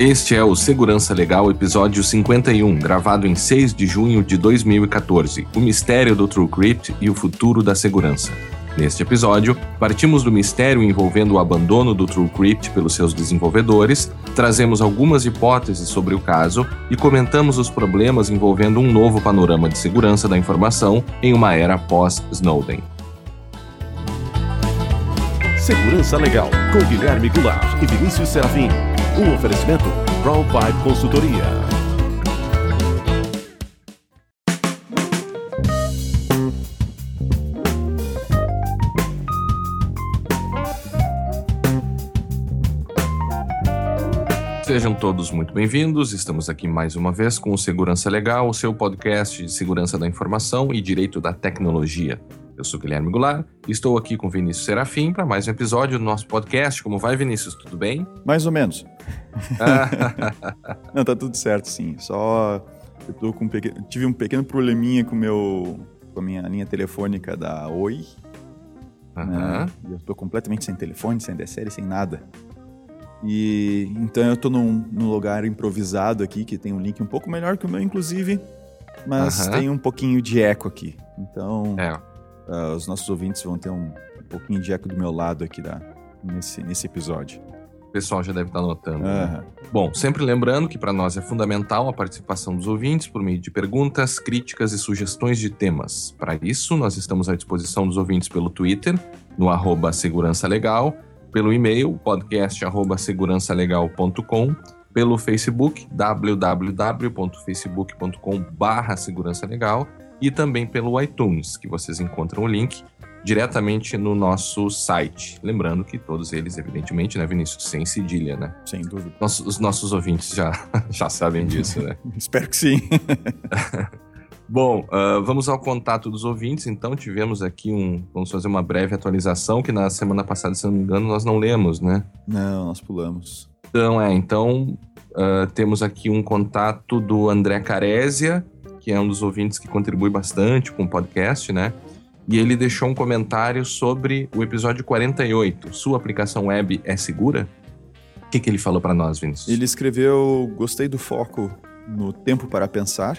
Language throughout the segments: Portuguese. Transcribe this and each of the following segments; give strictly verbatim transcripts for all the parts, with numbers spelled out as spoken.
Este é o Segurança Legal, episódio cinquenta e um, gravado em seis de junho de dois mil e catorze, o mistério do TrueCrypt e o futuro da segurança. Neste episódio, partimos do mistério envolvendo o abandono do TrueCrypt pelos seus desenvolvedores, trazemos algumas hipóteses sobre o caso e comentamos os problemas envolvendo um novo panorama de segurança da informação em uma era pós-Snowden. Segurança Legal, com Guilherme Goulart e Vinícius Serafim. Um oferecimento Brown Pipe Consultoria. Sejam todos muito bem-vindos, estamos aqui mais uma vez com o Segurança Legal, o seu podcast de segurança da informação e direito da tecnologia. Eu sou Guilherme Goulart e estou aqui com Vinícius Serafim para mais um episódio do nosso podcast. Como vai, Vinícius? Tudo bem? Mais ou menos. Não, tá tudo certo, sim. Só eu tô com um pequeno, tive um pequeno probleminha com, meu, com a minha linha telefônica da Oi. Uhum. Né? Eu tô completamente sem telefone, sem D S L, sem nada. E então eu tô num, num lugar improvisado aqui, que tem um link um pouco melhor que o meu, inclusive, mas uhum. tem um pouquinho de eco aqui. Então... É. Uh, os nossos ouvintes vão ter um, um pouquinho de eco do meu lado aqui da, nesse, nesse episódio. O pessoal já deve estar notando. Uhum. Né? Bom, sempre lembrando que para nós é fundamental a participação dos ouvintes por meio de perguntas, críticas e sugestões de temas. Para isso, nós estamos à disposição dos ouvintes pelo Twitter, no arroba Segurança Legal, pelo e-mail, podcast arroba segurança legal ponto com, pelo Facebook, w w w ponto facebook ponto com barra segurança legal, e também pelo iTunes, que vocês encontram o link diretamente no nosso site. Lembrando que todos eles, evidentemente, né, Vinícius, sem cedilha, né? Sem dúvida. Nos, os nossos ouvintes já, já sabem disso, né? Espero que sim. Bom, uh, vamos ao contato dos ouvintes. Então, tivemos aqui um... Vamos fazer uma breve atualização, que na semana passada, se não me engano, nós não lemos, né? Não, nós pulamos. Então, é, então, uh, temos aqui um contato do André Carésia, que é um dos ouvintes que contribui bastante com o podcast, né? E ele deixou um comentário sobre o episódio quarenta e oito. Sua aplicação web é segura? O que, que ele falou para nós, Vinícius? Ele escreveu, gostei do foco no tempo para pensar.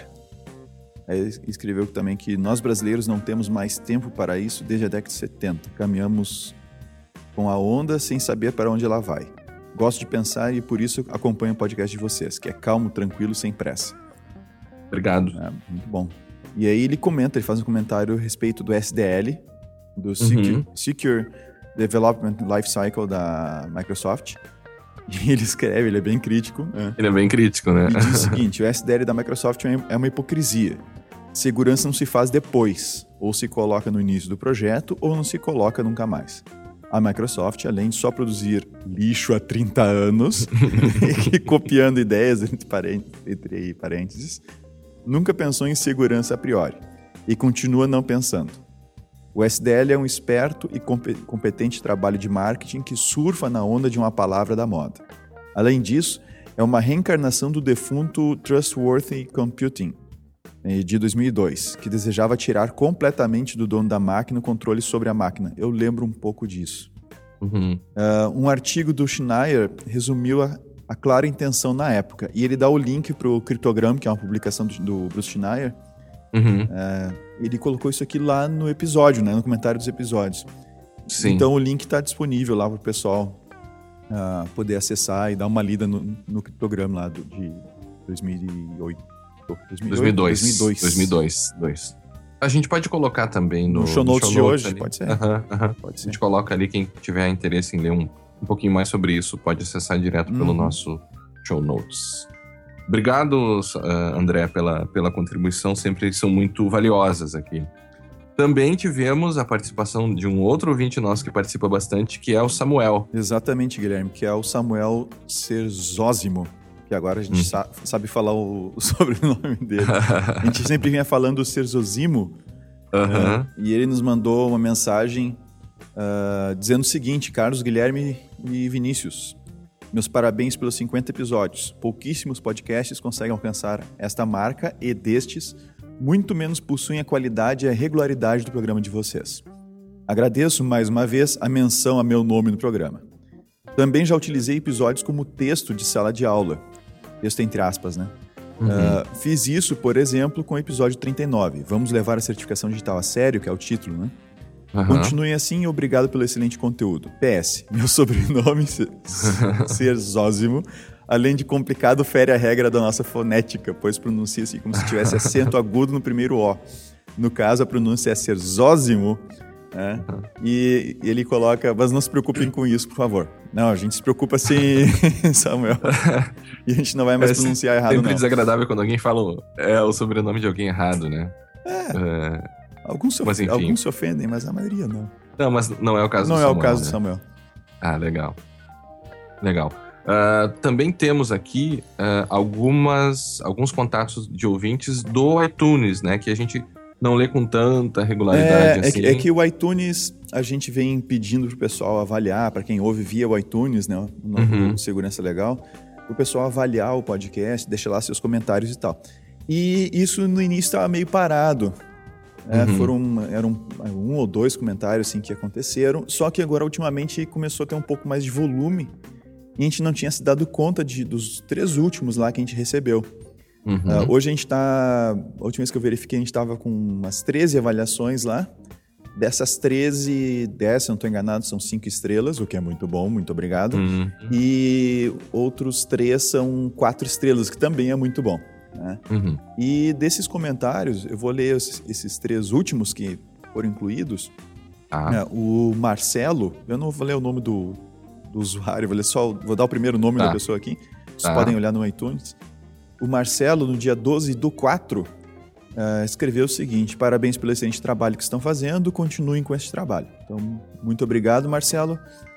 Ele escreveu também que nós brasileiros não temos mais tempo para isso desde a década de setenta. Caminhamos com a onda sem saber para onde ela vai. Gosto de pensar e por isso acompanho o podcast de vocês, que é calmo, tranquilo, sem pressa. Obrigado. É, muito bom. E aí ele comenta, ele faz um comentário a respeito do S D L, do Secure, uhum. Secure Development Lifecycle da Microsoft. E ele escreve, ele é bem crítico. É. Ele é bem crítico, né? E diz o seguinte, o S D L da Microsoft é uma hipocrisia. Segurança não se faz depois, ou se coloca no início do projeto, ou não se coloca nunca mais. A Microsoft, além de só produzir lixo há trinta anos, e copiando ideias entre, parênteses, entre parênteses, nunca pensou em segurança a priori e continua não pensando. O S D L é um esperto e competente trabalho de marketing que surfa na onda de uma palavra da moda. Além disso, é uma reencarnação do defunto Trustworthy Computing, de dois mil e dois, que desejava tirar completamente do dono da máquina o controle sobre a máquina. Eu lembro um pouco disso. Uhum. Uh, um artigo do Schneier resumiu a a clara intenção na época. E ele dá o link para o Cryptogram, que é uma publicação do, do Bruce Schneier. Uhum. É, ele colocou isso aqui lá no episódio, né, no comentário dos episódios. Sim. Então o link está disponível lá para o pessoal uh, poder acessar e dar uma lida no, no Cryptogram lá do, de dois mil e oito. dois mil e dois. dois mil e dois. dois mil e dois. dois. A gente pode colocar também no, no show notes, no show de notes hoje, ali. pode ser. Uhum, uhum. Pode ser. A gente coloca ali, quem tiver interesse em ler um, um pouquinho mais sobre isso, pode acessar direto pelo uhum. nosso show notes. Obrigado, uh, André, pela, pela contribuição, sempre são muito valiosas aqui. Também tivemos a participação de um outro ouvinte nosso que participa bastante, que é o Samuel. Exatamente, Guilherme, que é o Samuel Serzósimo, que agora a gente hum. sa- sabe falar o, o sobrenome dele. A gente sempre vinha falando o Serzosimo, uhum. uh, e ele nos mandou uma mensagem uh, dizendo o seguinte: Carlos, Guilherme e Vinícius, meus parabéns pelos cinquenta episódios. Pouquíssimos podcasts conseguem alcançar esta marca e destes, muito menos possuem a qualidade e a regularidade do programa de vocês. Agradeço mais uma vez a menção a meu nome no programa. Também já utilizei episódios como texto de sala de aula. Texto entre aspas, né? Uhum. Uh, fiz isso, por exemplo, com o episódio trinta e nove. Vamos levar a certificação digital a sério, que é o título, né? Uhum. Continuem assim e obrigado pelo excelente conteúdo. P S. Meu sobrenome, Serzósimo, além de complicado, fere a regra da nossa fonética, pois pronuncia-se como se tivesse acento agudo no primeiro O. No caso, a pronúncia é Serzósimo, né? Uhum. E ele coloca, mas não se preocupem com isso, por favor. Não, a gente se preocupa sim, Samuel. E a gente não vai mais é pronunciar errado, sempre não. Sempre desagradável quando alguém fala é, o sobrenome de alguém errado, né? É. é... Alguns, se of... Alguns se ofendem, mas a maioria não. Não, mas não é o caso não do Samuel. Não é o caso né? do Samuel. Ah, legal. Legal. Uh, também temos aqui uh, algumas, alguns contatos de ouvintes do iTunes, né? Que a gente não lê com tanta regularidade é, assim. É que, é que o iTunes, a gente vem pedindo pro pessoal avaliar, para quem ouve via o iTunes, né? O novo uhum. Segurança Legal, o pessoal avaliar o podcast, deixar lá seus comentários e tal. E isso no início estava meio parado. É, uhum. Foram eram um ou dois comentários assim, que aconteceram, só que agora ultimamente começou a ter um pouco mais de volume e a gente não tinha se dado conta de, dos três últimos lá que a gente recebeu. Uhum. Uh, hoje a gente está, a última vez que eu verifiquei, a gente estava com umas treze avaliações lá. Dessas treze, dez, se eu não estou enganado, são cinco estrelas, o que é muito bom, muito obrigado. Uhum. E outros três são quatro estrelas, que também é muito bom. Né? Uhum. E desses comentários, eu vou ler esses, esses três últimos que foram incluídos. Ah. Né? O Marcelo, eu não vou ler o nome do, do usuário, vou ler só, vou dar o primeiro nome tá. da pessoa aqui. Vocês tá. podem olhar no iTunes. O Marcelo, no dia doze do quatro, uh, escreveu o seguinte: parabéns pelo excelente trabalho que estão fazendo, continuem com esse trabalho. Então, muito obrigado, Marcelo.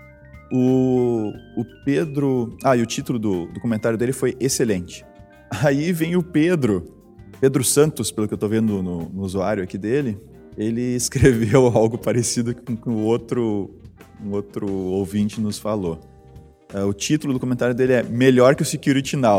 O, o Pedro... Ah, e o título do, do comentário dele foi excelente. Aí vem o Pedro, Pedro Santos, pelo que eu estou vendo no, no usuário aqui dele, ele escreveu algo parecido com o que o outro, um outro ouvinte nos falou. Uh, o título do comentário dele é Melhor que o Security Now.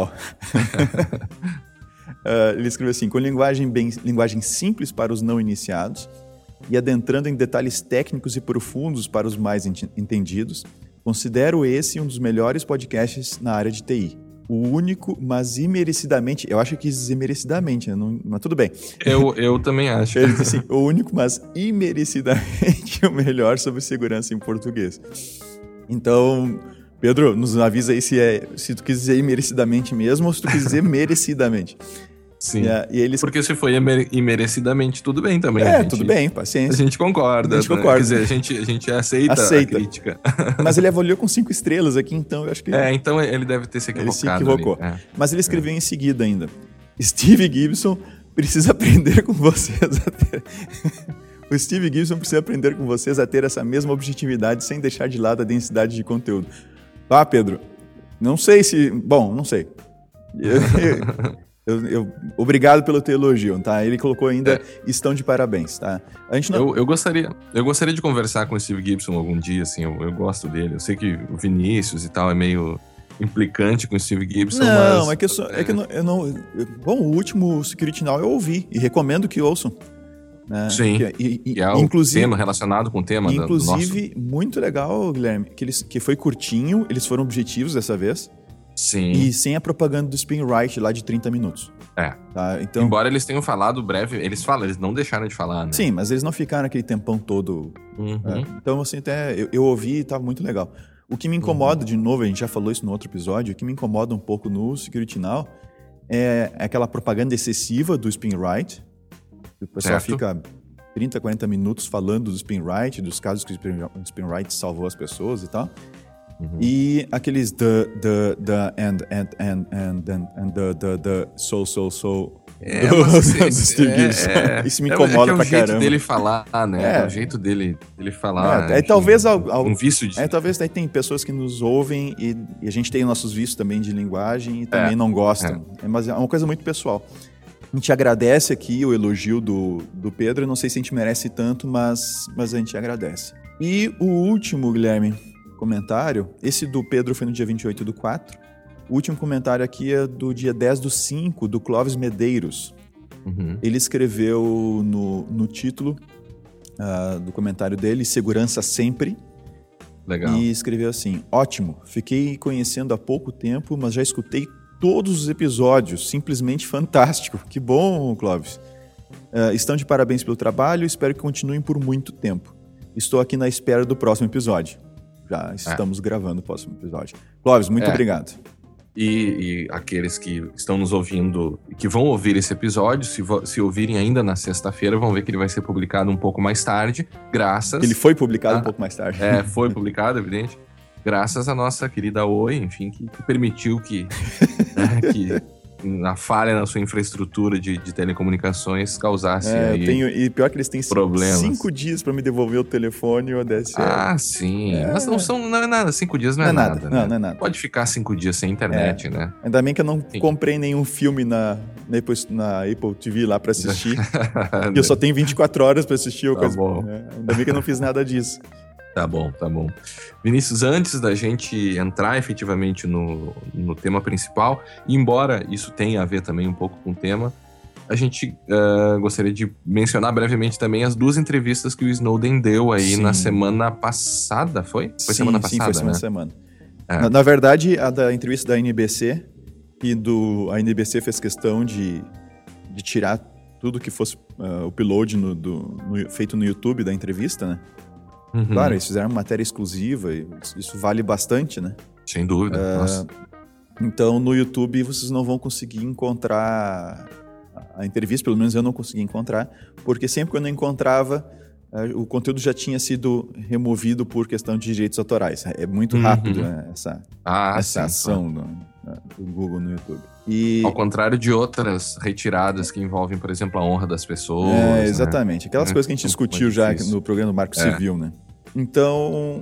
uh, ele escreveu assim: com linguagem, bem, linguagem simples para os não iniciados e adentrando em detalhes técnicos e profundos para os mais ent- entendidos, considero esse um dos melhores podcasts na área de T I. O único, mas imerecidamente... Eu acho que quis dizer merecidamente, né? Não, mas tudo bem. Eu, eu também acho. Ele disse assim, o único, mas imerecidamente o melhor sobre segurança em português. Então, Pedro, nos avisa aí se, é, se tu quis dizer imerecidamente mesmo ou se tu quis dizer merecidamente. Sim, e, e eles... porque se foi imerecidamente, tudo bem também. É, gente, tudo bem, paciência. A gente concorda. A gente concorda. Né? Quer dizer, a gente, a gente aceita, aceita a crítica. Mas ele avaliou com cinco estrelas aqui, então eu acho que... É, então ele deve ter se equivocado. Ele se equivocou. É. Mas ele escreveu é. em seguida ainda. Steve Gibson precisa aprender com vocês a ter... O Steve Gibson precisa aprender com vocês a ter essa mesma objetividade sem deixar de lado a densidade de conteúdo. Ah, Pedro, não sei se... Bom, não sei. Eu... Eu, eu, obrigado pelo teu elogio, tá? Ele colocou ainda, é. estão de parabéns, tá? A gente não... eu, eu, gostaria, eu gostaria de conversar com o Steve Gibson algum dia, assim, eu, eu gosto dele. Eu sei que o Vinícius e tal é meio implicante com o Steve Gibson, não, mas... é que eu, sou, é. É que eu não... Eu não eu, bom, o último Security Now eu ouvi e recomendo que ouçam. Né? Sim, que, e, e, e é o tema relacionado com o tema inclusive, do nosso... muito legal, Guilherme, que, eles, que foi curtinho, eles foram objetivos dessa vez. Sim. E sem a propaganda do Spin Right lá de trinta minutos. É. Tá? Então, embora eles tenham falado breve, eles falam, eles não deixaram de falar, né? Sim, mas eles não ficaram aquele tempão todo. Uhum. É. Então, assim, até eu, eu ouvi e estava muito legal. O que me incomoda, uhum. de novo, a gente já falou isso no outro episódio, o que me incomoda um pouco no Security Now é aquela propaganda excessiva do Spin Right. O pessoal certo. fica trinta, quarenta minutos falando do Spin Right, dos casos que o Spin Right salvou as pessoas e tal. Uhum. E aqueles the, the, the, and, and, and, and, and, and the, the, the, so, so, so. É, mas do Steve é, Gibson. É, Isso me incomoda é, é pra caramba. É o jeito dele falar, né? É, é o jeito dele, dele falar. É, é, talvez um, ao, ao, um vício de... É, talvez daí tem pessoas que nos ouvem e, e a gente tem nossos vícios também de linguagem e também é, não gostam. É. É, mas é uma coisa muito pessoal. A gente agradece aqui o elogio do, do Pedro. Eu não sei se a gente merece tanto, mas, mas a gente agradece. E o último, Guilherme... comentário, esse do Pedro foi no dia vinte e oito do quatro. O último comentário aqui é do dia dez do cinco, do Clóvis Medeiros. Uhum. Ele escreveu no, no título uh, do comentário dele, Segurança Sempre. Legal. E escreveu assim: ótimo, fiquei conhecendo há pouco tempo, mas já escutei todos os episódios, simplesmente fantástico. Que bom, Clóvis. Uh, estão de parabéns pelo trabalho, espero que continuem por muito tempo. Estou aqui na espera do próximo episódio. Já estamos é. gravando o próximo episódio. Clóvis, muito é. obrigado. E, e aqueles que estão nos ouvindo, que vão ouvir esse episódio, se, se ouvirem ainda na sexta-feira, vão ver que ele vai ser publicado um pouco mais tarde, graças... Ele foi publicado a, um pouco mais tarde. É, foi publicado, evidente. Graças à nossa querida Oi, enfim, que, que permitiu que, né, que a falha na sua infraestrutura de, de telecomunicações causasse é, aí eu tenho, e pior que eles têm problemas. cinco dias para me devolver o telefone e o A D S L. Ah, sim. É. Mas não são não é nada. Cinco dias não é, não é nada. nada né? não, não é nada. Pode ficar cinco dias sem internet, é. né? Ainda bem que eu não sim. comprei nenhum filme na, na Apple T V lá para assistir. E eu só tenho vinte e quatro horas para assistir. Tá coisa, bom. né? Ainda bem que eu não fiz nada disso. Tá bom, tá bom. Vinícius, antes da gente entrar efetivamente no, no tema principal, e embora isso tenha a ver também um pouco com o tema, a gente uh, gostaria de mencionar brevemente também as duas entrevistas que o Snowden deu aí sim. na semana passada, foi? Foi sim, semana passada, sim, foi semana né? semana. É. Na, na verdade, a da entrevista da N B C, e do, a N B C fez questão de, de tirar tudo que fosse uh, o upload no, do, no, feito no YouTube da entrevista, né? Uhum. Claro, eles fizeram matéria exclusiva, e isso vale bastante, né? Sem dúvida, uh, nossa. Então, no YouTube, vocês não vão conseguir encontrar a entrevista, pelo menos eu não consegui encontrar, porque sempre que eu não encontrava, uh, o conteúdo já tinha sido removido por questão de direitos autorais. É muito rápido, uhum. né, essa, ah, essa sim, ação do, do Google no YouTube. E... Ao contrário de outras retiradas que envolvem, por exemplo, a honra das pessoas. É, exatamente. Né? Aquelas é, coisas que a gente é discutiu já no programa do Marco é. Civil, né? Então,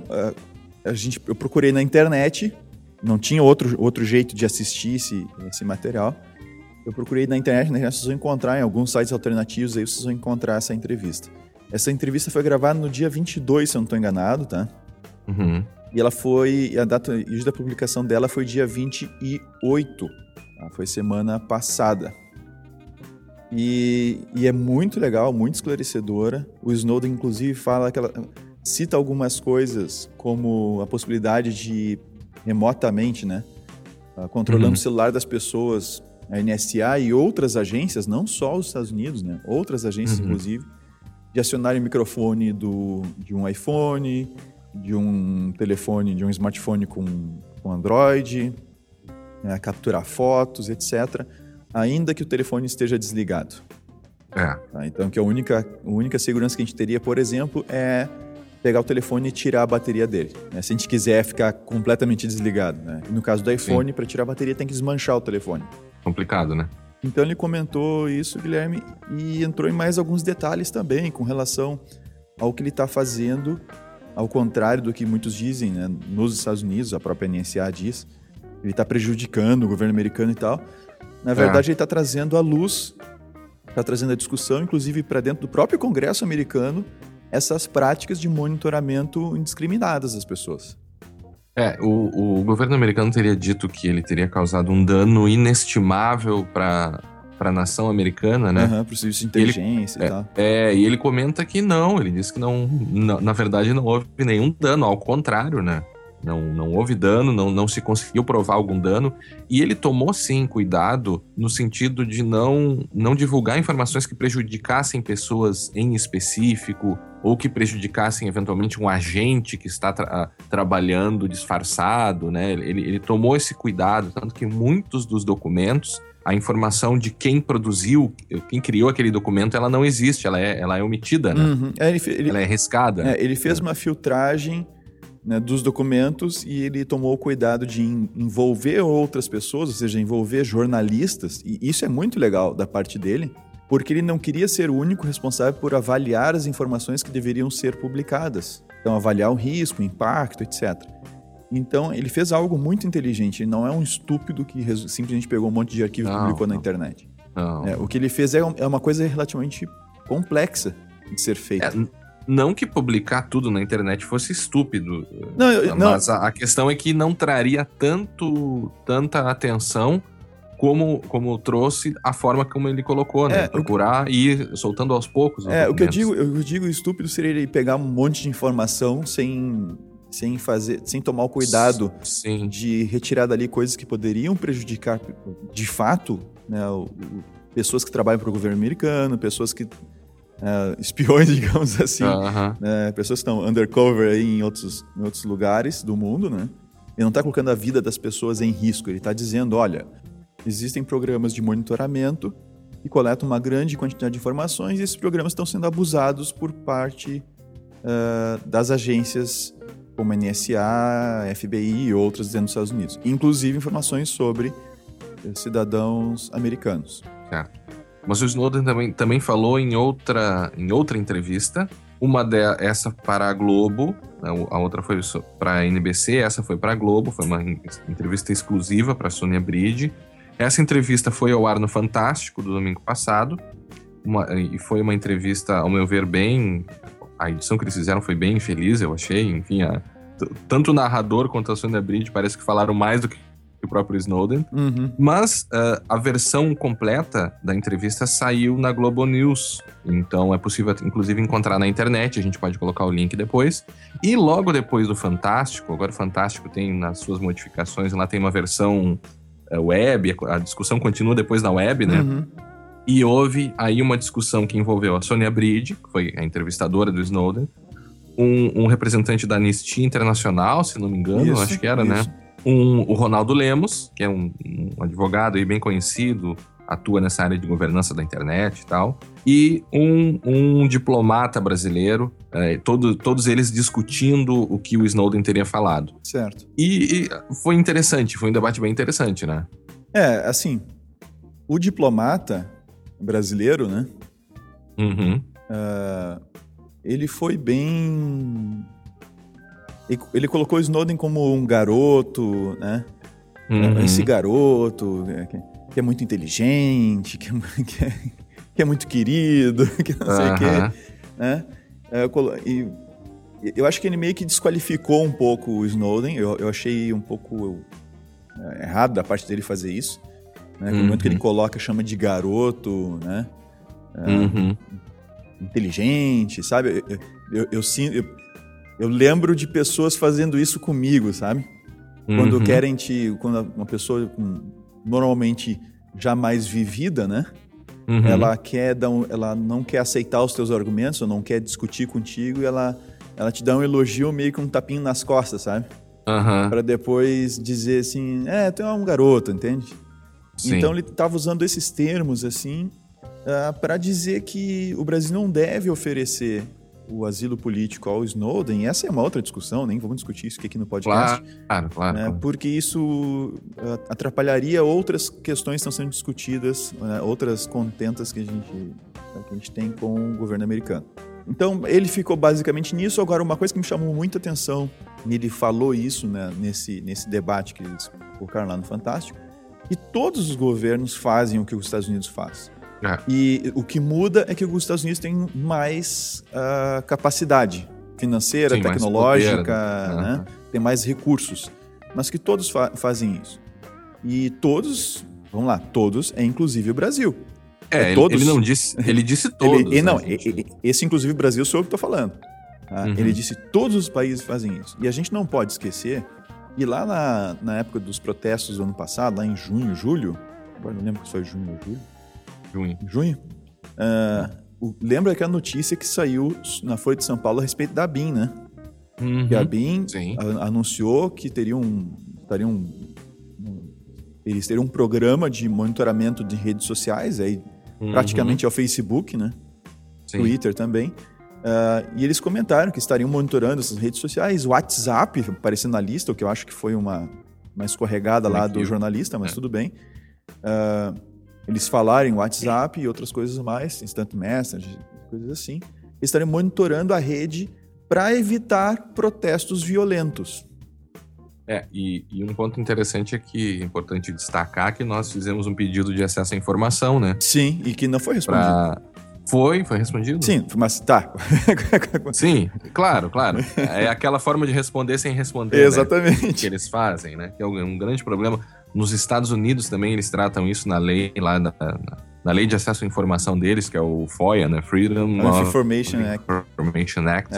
a gente, eu procurei na internet, não tinha outro, outro jeito de assistir esse, esse material. Eu procurei na internet, na internet vocês vão encontrar, em alguns sites alternativos, aí vocês vão encontrar essa entrevista. Essa entrevista foi gravada no dia vinte e dois, se eu não estou enganado, tá? Uhum. E ela foi, a data da publicação dela foi dia vinte e oito, tá? Foi semana passada. E, e é muito legal, muito esclarecedora. O Snowden, inclusive, fala que ela cita algumas coisas, como a possibilidade de, remotamente, né, controlando uhum. o celular das pessoas, a N S A e outras agências, não só os Estados Unidos, né, outras agências, uhum. inclusive, de acionarem o microfone do, de um iPhone, de um telefone, de um smartphone com, com Android, né, capturar fotos, etcétera, ainda que o telefone esteja desligado. É. Tá? Então, que a única, a única segurança que a gente teria, por exemplo, é pegar o telefone e tirar a bateria dele, né? Se a gente quiser ficar completamente desligado, né? E no caso do iPhone, para tirar a bateria tem que desmanchar o telefone. Complicado, né? Então ele comentou isso, Guilherme, e entrou em mais alguns detalhes também com relação ao que ele está fazendo, ao contrário do que muitos dizem, né? Nos Estados Unidos, a própria N S A diz, ele está prejudicando o governo americano e tal. Na verdade, é. ele está trazendo à luz, está trazendo a discussão, inclusive para dentro do próprio Congresso americano, essas práticas de monitoramento indiscriminadas das pessoas. É, o, o governo americano teria dito que ele teria causado um dano inestimável para a nação americana, né? Aham, uhum, para o serviço de inteligência ele, e tal. É, é, e ele comenta que não, ele disse que não, na, na verdade não houve nenhum dano, ao contrário, né? Não, não houve dano, não, não se conseguiu provar algum dano. E ele tomou, sim, cuidado no sentido de não, não divulgar informações que prejudicassem pessoas em específico ou que prejudicassem, eventualmente, um agente que está tra- trabalhando disfarçado, né? Ele, ele tomou esse cuidado, tanto que muitos dos documentos, a informação de quem produziu, quem criou aquele documento, ela não existe, ela é, ela é omitida, né? Uhum. É, ele, ele, ela é riscada. É, ele fez é. uma filtragem, né, dos documentos e ele tomou o cuidado de envolver outras pessoas, ou seja, envolver jornalistas, e isso é muito legal da parte dele, porque ele não queria ser o único responsável por avaliar as informações que deveriam ser publicadas. Então, avaliar o risco, o impacto, etcétera. Então, ele fez algo muito inteligente, ele não é um estúpido que simplesmente pegou um monte de arquivo não, e publicou não. na internet. Não. É, o que ele fez é, é uma coisa relativamente complexa de ser feita. É, não que publicar tudo na internet fosse estúpido, não, eu, mas não. A, a questão é que não traria tanto, tanta atenção como, como trouxe a forma como ele colocou, né? É, procurar e ir soltando aos poucos os É, documentos. o que eu digo, eu digo estúpido seria ele pegar um monte de informação sem, sem fazer, sem tomar o cuidado Sim. de retirar dali coisas que poderiam prejudicar, de fato, né, o, o, pessoas que trabalham para o governo americano, pessoas que... Uh, espiões, digamos assim, uh-huh. né, pessoas que estão undercover aí em outros, em outros lugares do mundo, né? Ele não está colocando a vida das pessoas em risco, ele está dizendo, olha, existem programas de monitoramento que coletam uma grande quantidade de informações e esses programas estão sendo abusados por parte uh, das agências como a N S A, F B I e outras dentro dos Estados Unidos. Inclusive informações sobre cidadãos americanos. Certo. Mas o Snowden também, também falou em outra, em outra entrevista, uma de, essa para a Globo, a outra foi para a N B C, essa foi para a Globo, foi uma entrevista exclusiva para a Sônia Bride. Essa entrevista foi ao ar no Fantástico do domingo passado, uma, e foi uma entrevista, ao meu ver, bem... A edição que eles fizeram foi bem feliz, eu achei, enfim, a, t- tanto o narrador quanto a Sônia Bride parece que falaram mais do que o próprio Snowden, uhum. mas uh, a versão completa da entrevista saiu na Globo News, então é possível inclusive encontrar na internet, a gente pode colocar o link depois, e logo depois do Fantástico, agora o Fantástico tem nas suas modificações, lá tem uma versão uh, web, a discussão continua depois na web, né? Uhum. E houve aí uma discussão que envolveu a Sônia Bride, que foi a entrevistadora do Snowden, um, um representante da Anistia Internacional, se não me engano, isso, acho que era, isso. né? Um, o Ronaldo Lemos, que é um, um advogado aí bem conhecido, atua nessa área de governança da internet e tal, e um, um diplomata brasileiro, é, todo, todos eles discutindo o que o Snowden teria falado. Certo. E, e foi interessante, foi um debate bem interessante, né? É, assim, o diplomata brasileiro, né? Uhum. Uh, ele foi bem... Ele colocou o Snowden como um garoto, né? Uhum. Esse garoto né? que, que é muito inteligente, que é, que é, que é muito querido, que não sei o uhum. quê. Né? E eu acho que ele meio que desqualificou um pouco o Snowden. Eu, eu achei um pouco errado da parte dele fazer isso. Né? No uhum. momento que ele coloca, chama de garoto, né? Uhum. Inteligente, sabe? Eu, eu, eu sinto... Eu, Eu lembro de pessoas fazendo isso comigo, sabe? Uhum. Quando querem te... Quando uma pessoa normalmente já mais vivida, né? Uhum. Ela, quer dar um, ela não quer aceitar os teus argumentos, ou não quer discutir contigo, e ela, ela te dá um elogio meio que um tapinho nas costas, sabe? Uhum. Pra depois dizer assim, é, tu é um garoto, entende? Sim. Então ele tava usando esses termos, assim, uh, pra dizer que o Brasil não deve oferecer o asilo político ao Snowden. Essa é uma outra discussão, nem vamos discutir isso aqui no podcast. Claro, claro. Né, claro. Porque isso uh, atrapalharia outras questões que estão sendo discutidas, uh, outras contentas que a, gente, uh, que a gente tem com o governo americano. Então, ele ficou basicamente nisso. Agora, uma coisa que me chamou muita atenção, e ele falou isso, né, nesse, nesse debate que eles colocaram lá no Fantástico, que todos os governos fazem o que os Estados Unidos faz. É. E o que muda é que os Estados Unidos têm mais uh, capacidade financeira, Sim, tecnológica, poder, né? Uhum. Tem mais recursos, mas que todos fa- fazem isso. E todos, vamos lá, todos é inclusive o Brasil. É, é todos. Ele não disse, ele disse todos. ele, ele, não, né, esse inclusive o Brasil sou eu que estou falando. Tá? Uhum. Ele disse todos os países fazem isso. E a gente não pode esquecer, e lá na, na época dos protestos do ano passado, lá em junho, julho, agora não lembro se foi junho ou julho, Junho. Junho? Uh, o, lembra aquela notícia que saiu na Folha de São Paulo a respeito da B I M, né? Uhum. Que a B I M a, anunciou que teriam um, teriam um, um, eles teriam um programa de monitoramento de redes sociais, aí, uhum. praticamente é o Facebook, né? Sim. Twitter também. Uh, e eles comentaram que estariam monitorando essas redes sociais, o WhatsApp aparecendo na lista, o que eu acho que foi uma, uma escorregada lá do jornalista, mas é. tudo bem. Uh, Eles falaram em WhatsApp e outras coisas mais, Instant Message, coisas assim. Eles estariam monitorando a rede para evitar protestos violentos. É, e, e um ponto interessante é que, é importante destacar que nós fizemos um pedido de acesso à informação, né? Sim, e que não foi respondido. Pra... Foi? Foi respondido? Sim, mas tá. Sim, claro, claro. É aquela forma de responder sem responder, Exatamente. Né? Que eles fazem, né? Que é um grande problema. Nos Estados Unidos também eles tratam isso na lei, lá na, na lei de acesso à informação deles, que é o FOIA, né? Freedom of Information Act. Information Act. É.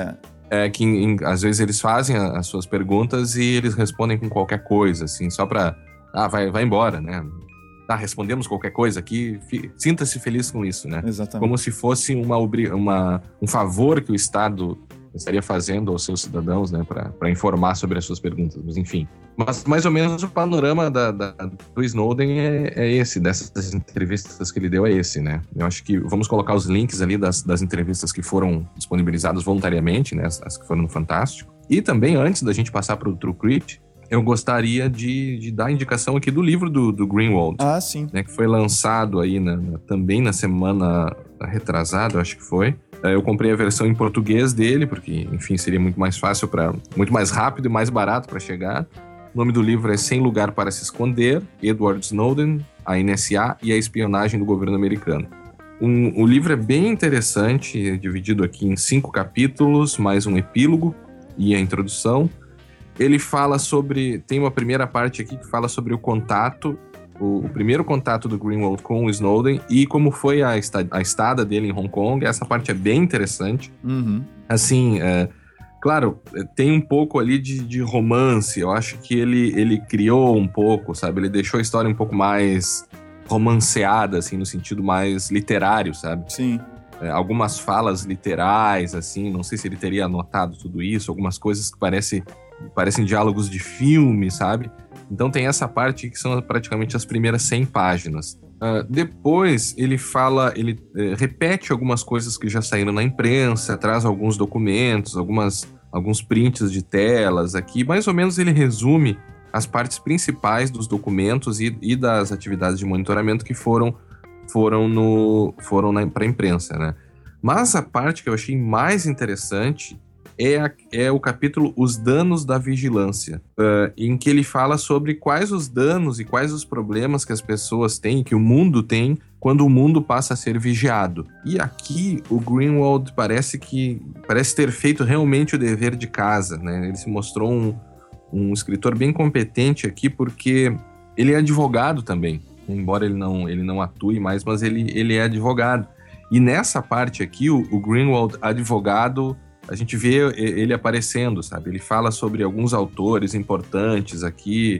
é que em, em, às vezes eles fazem a, as suas perguntas e eles respondem com qualquer coisa, assim, só pra... Ah, vai, vai embora, né? Ah, respondemos qualquer coisa aqui, fi, sinta-se feliz com isso, né? Exatamente. Como se fosse uma, uma, um favor que o Estado estaria fazendo aos seus cidadãos, né, para informar sobre as suas perguntas, mas enfim. Mas mais ou menos o panorama da, da, do Snowden é, é esse, dessas entrevistas que ele deu é esse, né? Eu acho que vamos colocar os links ali das, das entrevistas que foram disponibilizadas voluntariamente, né, as, as que foram no Fantástico. E também, antes da gente passar para o TrueCrypt, eu gostaria de, de dar a indicação aqui do livro do, do Greenwald. Ah, sim. Né, que foi lançado aí na, na, também na semana retrasada, acho que foi. Eu comprei a versão em português dele, porque, enfim, seria muito mais fácil, para muito mais rápido e mais barato para chegar. O nome do livro é Sem Lugar para se Esconder, Edward Snowden, a N S A e a Espionagem do Governo Americano. Um, o livro é bem interessante, é dividido aqui em cinco capítulos, mais um epílogo e a introdução. Ele fala sobre... Tem uma primeira parte aqui que fala sobre o contato, o, o primeiro contato do Greenwald com o Snowden e como foi a, esta, a estada dele em Hong Kong. Essa parte é bem interessante. Uhum. Assim, é, claro, tem um pouco ali de, de romance. Eu acho que ele, ele criou um pouco, sabe? Ele deixou a história um pouco mais romanceada, assim, no sentido mais literário, sabe? Sim. É, algumas falas literais, assim, não sei se ele teria anotado tudo isso, algumas coisas que parecem... parecem diálogos de filme, sabe? Então tem essa parte que são praticamente as primeiras cem páginas. Uh, depois ele fala, ele uh, repete algumas coisas que já saíram na imprensa, traz alguns documentos, algumas, alguns prints de telas aqui. Mais ou menos ele resume as partes principais dos documentos e, e das atividades de monitoramento que foram, foram, no, foram para a imprensa, né? Mas a parte que eu achei mais interessante É, a, é o capítulo Os Danos da Vigilância, uh, em que ele fala sobre quais os danos e quais os problemas que as pessoas têm, que o mundo tem, quando o mundo passa a ser vigiado. E aqui o Greenwald parece que parece ter feito realmente o dever de casa, né? Ele se mostrou um, um escritor bem competente aqui, porque ele é advogado também, embora ele não, ele não atue mais, mas ele, ele é advogado. E nessa parte aqui, o, o Greenwald, advogado, a gente vê ele aparecendo, sabe? Ele fala sobre alguns autores importantes aqui,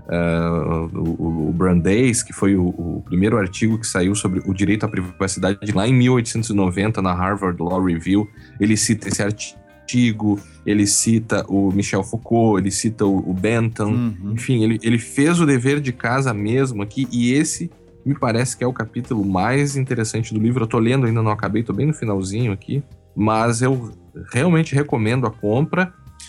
uh, o, o Brandeis, que foi o, o primeiro artigo que saiu sobre o direito à privacidade lá em mil oitocentos e noventa na Harvard Law Review. Ele cita esse artigo, ele cita o Michel Foucault, ele cita o, o Bentham, uhum. Enfim, ele, ele fez o dever de casa mesmo aqui, e esse me parece que é o capítulo mais interessante do livro. Eu tô lendo, ainda não acabei, tô bem no finalzinho aqui, mas eu realmente recomendo a compra.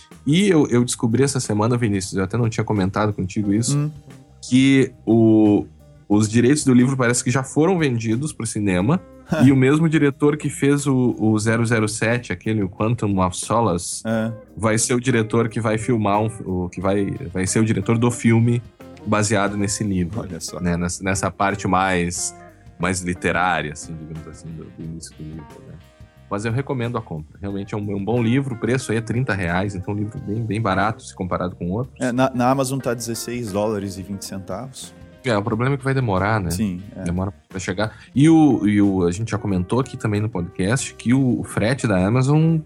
E eu, eu descobri essa semana, Vinícius, eu até não tinha comentado contigo isso, hum. que o, os direitos do livro parece que já foram vendidos para o cinema. E o mesmo diretor que fez o, o zero zero sete, aquele o Quantum of Solace, é. vai ser o diretor que vai filmar, um, o, que vai, vai ser o diretor do filme baseado nesse livro. Olha só. Né? Nessa, nessa parte mais, mais literária, assim, digamos assim, do, do início do livro, né? Mas eu recomendo a compra. Realmente é um, é um bom livro, o preço aí é trinta reais, então é um livro bem, bem barato se comparado com outros. É, na, na Amazon tá dezesseis dólares e vinte centavos. É, o problema é que vai demorar, né? Sim. É. Demora pra chegar. E, o, e o, a gente já comentou aqui também no podcast que o, o frete da Amazon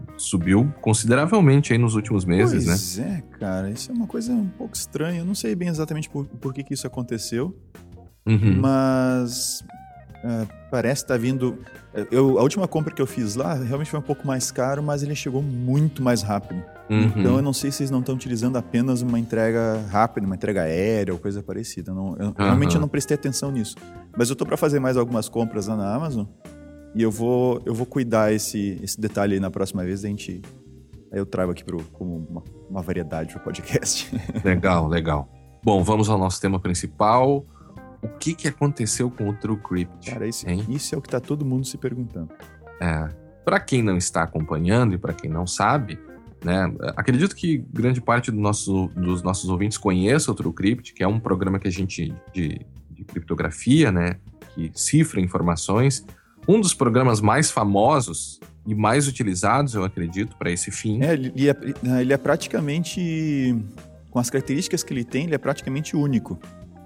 subiu consideravelmente aí nos últimos meses, pois né? Pois é, cara. Isso é uma coisa um pouco estranha. Eu não sei bem exatamente por, por que, que isso aconteceu, uhum. mas... Uh, parece que tá vindo... Eu, a última compra que eu fiz lá realmente foi um pouco mais caro, mas ele chegou muito mais rápido. Uhum. Então eu não sei se eles não estão utilizando apenas uma entrega rápida, uma entrega aérea ou coisa parecida. Não, eu, uhum. Realmente eu não prestei atenção nisso. Mas eu tô para fazer mais algumas compras lá na Amazon e eu vou, eu vou cuidar esse, esse detalhe aí na próxima vez. A gente, aí eu trago aqui pro, como uma, uma variedade pro podcast. Legal, legal. Bom, vamos ao nosso tema principal. O que, que aconteceu com o TrueCrypt? Cara, isso, isso é o que tá todo mundo se perguntando. É, para quem não está acompanhando e para quem não sabe, né, acredito que grande parte do nosso, dos nossos ouvintes conheça o TrueCrypt, que é um programa que a gente de, de criptografia, né, que cifra informações. Um dos programas mais famosos e mais utilizados, eu acredito, para esse fim. É, ele é, ele é praticamente, com as características que ele tem, ele é praticamente único.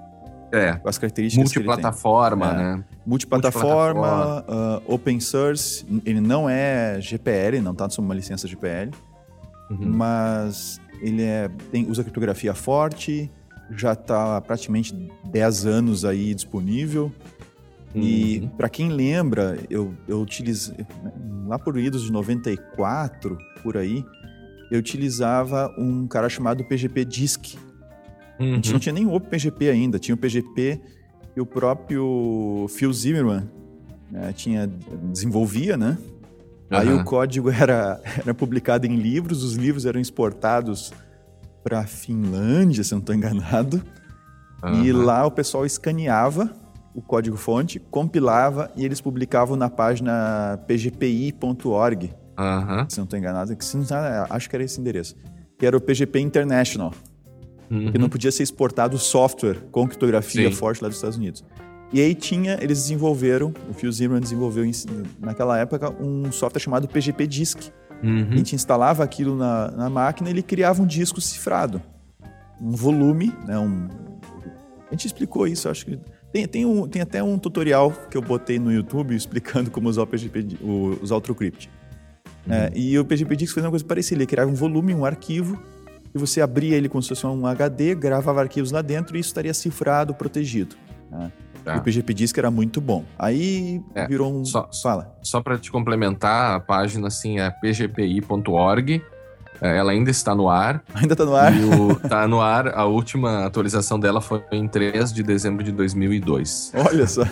É. Com as características que ele tem. Multiplataforma, É. né? Multiplataforma, Multiplataforma. uh, open source, ele não é G P L, não está sob uma licença G P L, Uhum. mas ele é, tem, usa criptografia forte, já está praticamente dez anos aí disponível. E Uhum. para quem lembra, eu, eu utilizei, lá por idos de noventa e quatro, por aí, eu utilizava um cara chamado P G P Disk. A gente Uhum. não tinha nem o OpenPGP ainda, tinha o P G P que o próprio Phil Zimmermann, né, tinha, desenvolvia, né? Uhum. Aí o código era, era publicado em livros, os livros eram exportados para a Finlândia, se eu não estou enganado, Uhum. e lá o pessoal escaneava o código-fonte, compilava e eles publicavam na página p g p i ponto org, Uhum. se eu não estou enganado, que, se não, acho que era esse endereço, que era o P G P International. Uhum. Porque não podia ser exportado software com criptografia Sim. forte lá dos Estados Unidos. E aí tinha, eles desenvolveram, o Phil Zimmermann desenvolveu em- naquela época um software chamado P G P Disk. A Uhum. gente instalava aquilo na, na máquina e ele criava um disco cifrado. Um volume, né? Um... A gente explicou isso, acho que... Tem, tem, um, tem até um tutorial que eu botei no YouTube explicando como usar o P G P, Di- o, usar o TrueCrypt. É, e o P G P Disk fez uma coisa parecida, ele criava um volume, um arquivo, e você abria ele como se fosse um H D, gravava arquivos lá dentro e isso estaria cifrado, protegido. Né? Tá. E o P G P Disk era muito bom. Aí É, virou um... só- Fala. Só para te complementar, a página assim é p g p i ponto org. É, ela ainda está no ar. Ainda tá no ar? E o, tá no ar, a última atualização dela foi em três de dezembro de dois mil e dois. Olha só.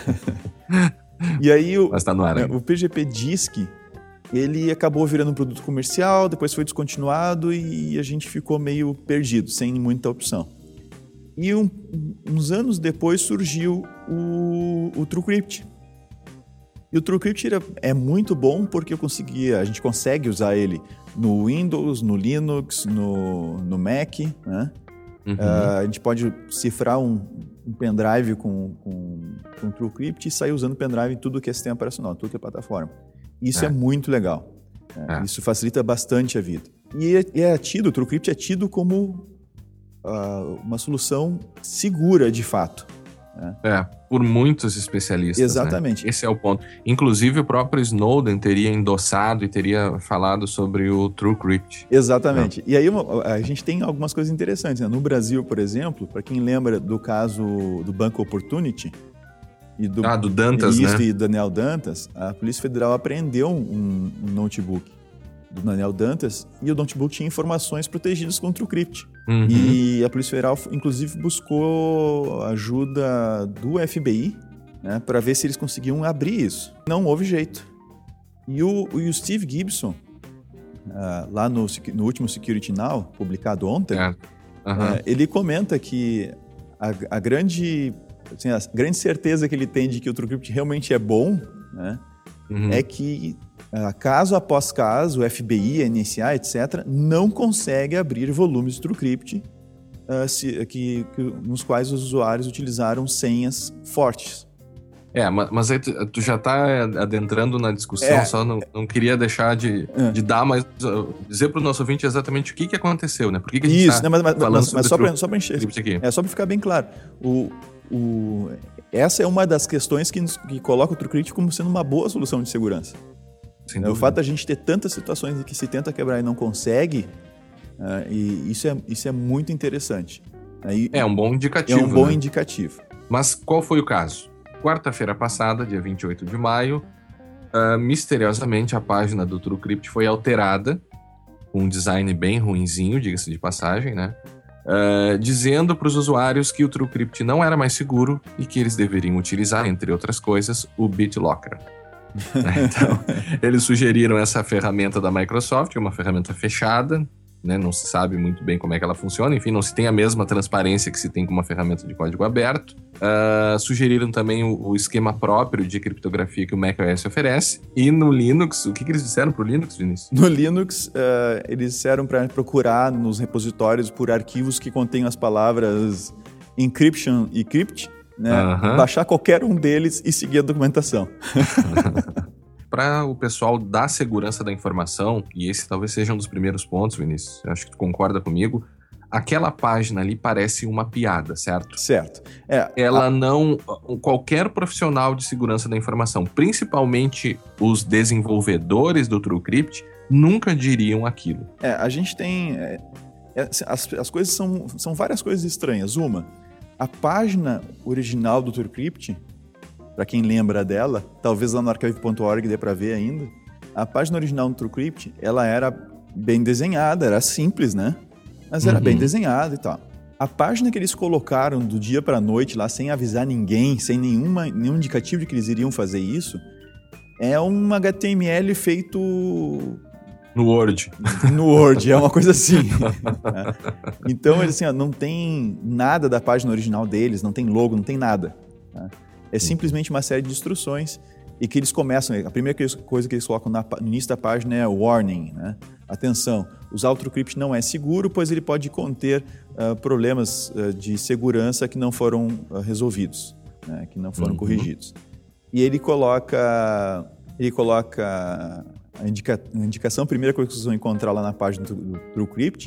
E aí o, Mas tá no ar é, ainda. o P G P Disk, ele acabou virando um produto comercial, depois foi descontinuado e a gente ficou meio perdido, sem muita opção. E um- uns anos depois surgiu o, o TrueCrypt. E o TrueCrypt era- é muito bom porque eu conseguia, a gente consegue usar ele no Windows, no Linux, no, no Mac, né? Uhum. Ah, a gente pode cifrar um, um pendrive com, com, com TrueCrypt e sair usando pendrive em tudo que é sistema operacional, tudo que é plataforma. Isso é, É. muito legal. É, É. Isso facilita bastante a vida. E é, e é tido, o TrueCrypt é tido como ah, uma solução segura de fato. É, por muitos especialistas. Exatamente. Né? Esse é o ponto. Inclusive, o próprio Snowden teria endossado e teria falado sobre o TrueCrypt. Exatamente. E aí uma- a gente tem algumas coisas interessantes. Né? No Brasil, por exemplo, para quem lembra do caso do Banco Opportunity e do Ah, do Dantas, Isso, né? e Daniel Dantas, a Polícia Federal apreendeu um, um notebook do Daniel Dantas e o notebook tinha informações protegidas com o TrueCrypt. Uhum. E a Polícia Federal, inclusive, buscou ajuda do F B I, né, para ver se eles conseguiam abrir isso. Não houve jeito. E o, e o Steve Gibson, ah, lá no, Secu- no último Security Now, publicado ontem, É. Aham. é, ele comenta que a, a grande, assim, a grande certeza que ele tem de que o TrueCrypt realmente é bom, né, Uhum. é que ah, caso após caso, o F B I, a N S A, etcétera, não consegue abrir volumes de TrueCrypt ah, se- que, que- nos quais os usuários utilizaram senhas fortes. É, ma- mas aí tu, tu já tá adentrando na discussão, É. só não, não queria deixar de, É. de dar, mas uh, dizer pro nosso ouvinte exatamente o que, que aconteceu, né? Por que, que a gente Isso, tá né, mas, mas- falando mas- sobre mas só Tru- para só pra encher. TrueCrypt aqui? É só para ficar bem claro. O, o, essa é uma das questões que, nos- que coloca o TrueCrypt como sendo uma boa solução de segurança. Sem É, o dúvida. fato da gente ter tantas situações em que se tenta quebrar e não consegue, ah, e isso é, isso é muito interessante. Aí, É um bom é indicativo, um bom né? indicativo. Mas qual foi o caso? Quarta-feira passada, dia vinte e oito de maio, ah, misteriosamente a página do TrueCrypt foi alterada, com um design bem ruinzinho, diga-se de passagem, né? Ah, dizendo para os usuários que o TrueCrypt não era mais seguro e que eles deveriam utilizar, entre outras coisas, o BitLocker. Então, eles sugeriram essa ferramenta da Microsoft, que é uma ferramenta fechada, né? Não se sabe muito bem como é que ela funciona, enfim, não se tem a mesma transparência que se tem com uma ferramenta de código aberto. Ah, sugeriram também o, o esquema próprio de criptografia que o macOS oferece. E no Linux, o que, que eles disseram pro Linux, Vinícius? No Linux, eh, eles disseram para procurar nos repositórios por arquivos que contenham as palavras encryption e crypt, né? Aham. Baixar qualquer um deles e seguir a documentação. Para o pessoal da segurança da informação, e esse talvez seja um dos primeiros pontos, Vinícius, eu acho que tu concorda comigo, aquela página ali parece uma piada, certo? Certo. É, Ela a... não... Qualquer profissional de segurança da informação, principalmente os desenvolvedores do TrueCrypt, nunca diriam aquilo. É, a gente tem... É, é, as, as coisas são, são várias coisas estranhas. Uma, a página original do TrueCrypt, para quem lembra dela, talvez lá no archive ponto org dê para ver ainda, a página original do TrueCrypt, ela era bem desenhada, era simples, né? Mas era uhum. bem desenhada e tal. A página que eles colocaram do dia para a noite lá, sem avisar ninguém, sem nenhuma, nenhum indicativo de que eles iriam fazer isso, é um H T M L feito... No Word. No Word, é uma coisa assim. É. Então, assim, ó, não tem nada da página original deles, não tem logo, não tem nada. Tá? É simplesmente uma série de instruções e que eles começam... A primeira coisa que eles colocam na, no início da página é warning, né? Atenção, usar o TrueCrypt não é seguro, pois ele pode conter uh, problemas uh, de segurança que não foram uh, resolvidos, né? Que não foram uhum. corrigidos. E ele coloca... Ele coloca... A, indica, a indicação, a primeira coisa que vocês vão encontrar lá na página do, do TrueCrypt,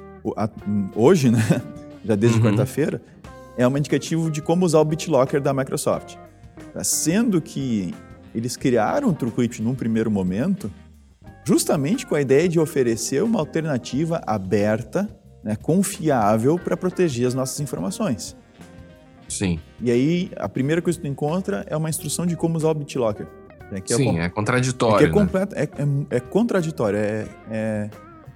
hoje, né? Já desde uhum. quarta-feira, é um indicativo de como usar o BitLocker da Microsoft. Sendo que eles criaram o TrueCrypt num primeiro momento, justamente com a ideia de oferecer uma alternativa aberta, né, confiável para proteger as nossas informações. Sim. E aí, a primeira coisa que tu encontra é uma instrução de como usar o BitLocker. Né, que Sim, é, é contraditório. É, completo, né? é, é, é contraditório, é, é,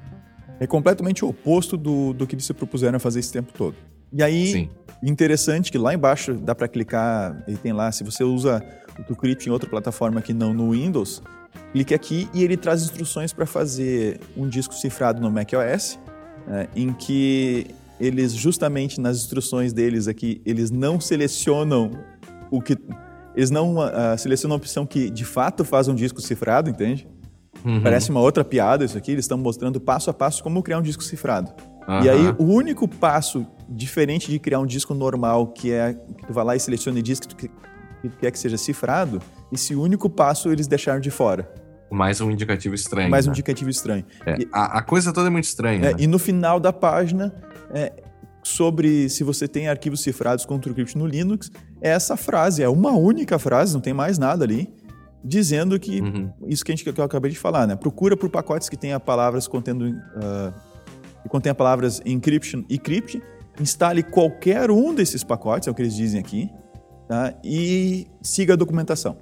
é completamente o oposto do, do que eles se propuseram a fazer esse tempo todo. E aí, Sim. interessante que lá embaixo dá para clicar, ele tem lá, se você usa o TrueCrypt em outra plataforma que não no Windows, clique aqui e ele traz instruções para fazer um disco cifrado no macOS, né, em que eles, justamente nas instruções deles aqui, eles não selecionam o que... Eles não uh, selecionam a opção que de fato faz um disco cifrado, entende? Uhum. Parece uma outra piada isso aqui, eles estão mostrando passo a passo como criar um disco cifrado. Uhum. E aí, o único passo diferente de criar um disco normal, que é que tu vai lá e seleciona e diz que tu, que tu quer que seja cifrado, esse único passo eles deixaram de fora. Mais um indicativo estranho. Mais um né? indicativo estranho. É, e, a, a coisa toda é muito estranha. É, né? E no final da página, é, sobre se você tem arquivos cifrados com o TrueCrypt no Linux, é essa frase, é uma única frase, não tem mais nada ali, dizendo que, uhum. isso que, a gente, que eu acabei de falar, né? Procura por pacotes que tenha palavras contendo, uh, que contenha palavras encryption e crypt, instale qualquer um desses pacotes, é o que eles dizem aqui, tá? E siga a documentação.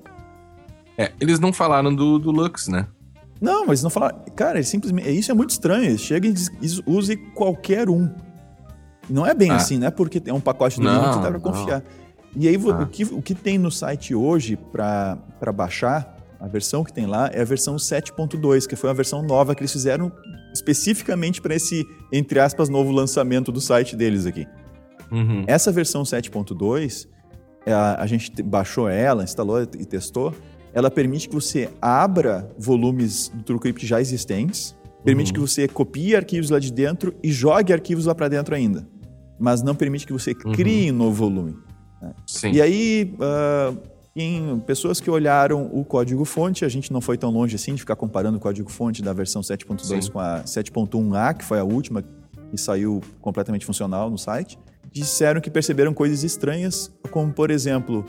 É, eles não falaram do, do Lux, né? Não, mas não falaram. Cara, simplesmente, isso é muito estranho, eles chegam e diz, use qualquer um. Não é bem ah. assim, né? Porque é um pacote do Linux que dá para confiar. E aí, ah. o, que, o que tem no site hoje para baixar, a versão que tem lá, é a versão sete ponto dois, que foi uma versão nova que eles fizeram especificamente para esse, entre aspas, novo lançamento do site deles aqui. Uhum. Essa versão sete ponto dois, a, a gente baixou ela, instalou e testou, ela permite que você abra volumes do TrueCrypt já existentes, permite uhum. que você copie arquivos lá de dentro e jogue arquivos lá para dentro ainda. Mas não permite que você crie uhum. um novo volume. Né? Sim. E aí, uh, em pessoas que olharam o código-fonte, a gente não foi tão longe assim de ficar comparando o código-fonte da versão sete ponto dois Sim. com a sete ponto um A, que foi a última que saiu completamente funcional no site. Disseram que perceberam coisas estranhas, como, por exemplo,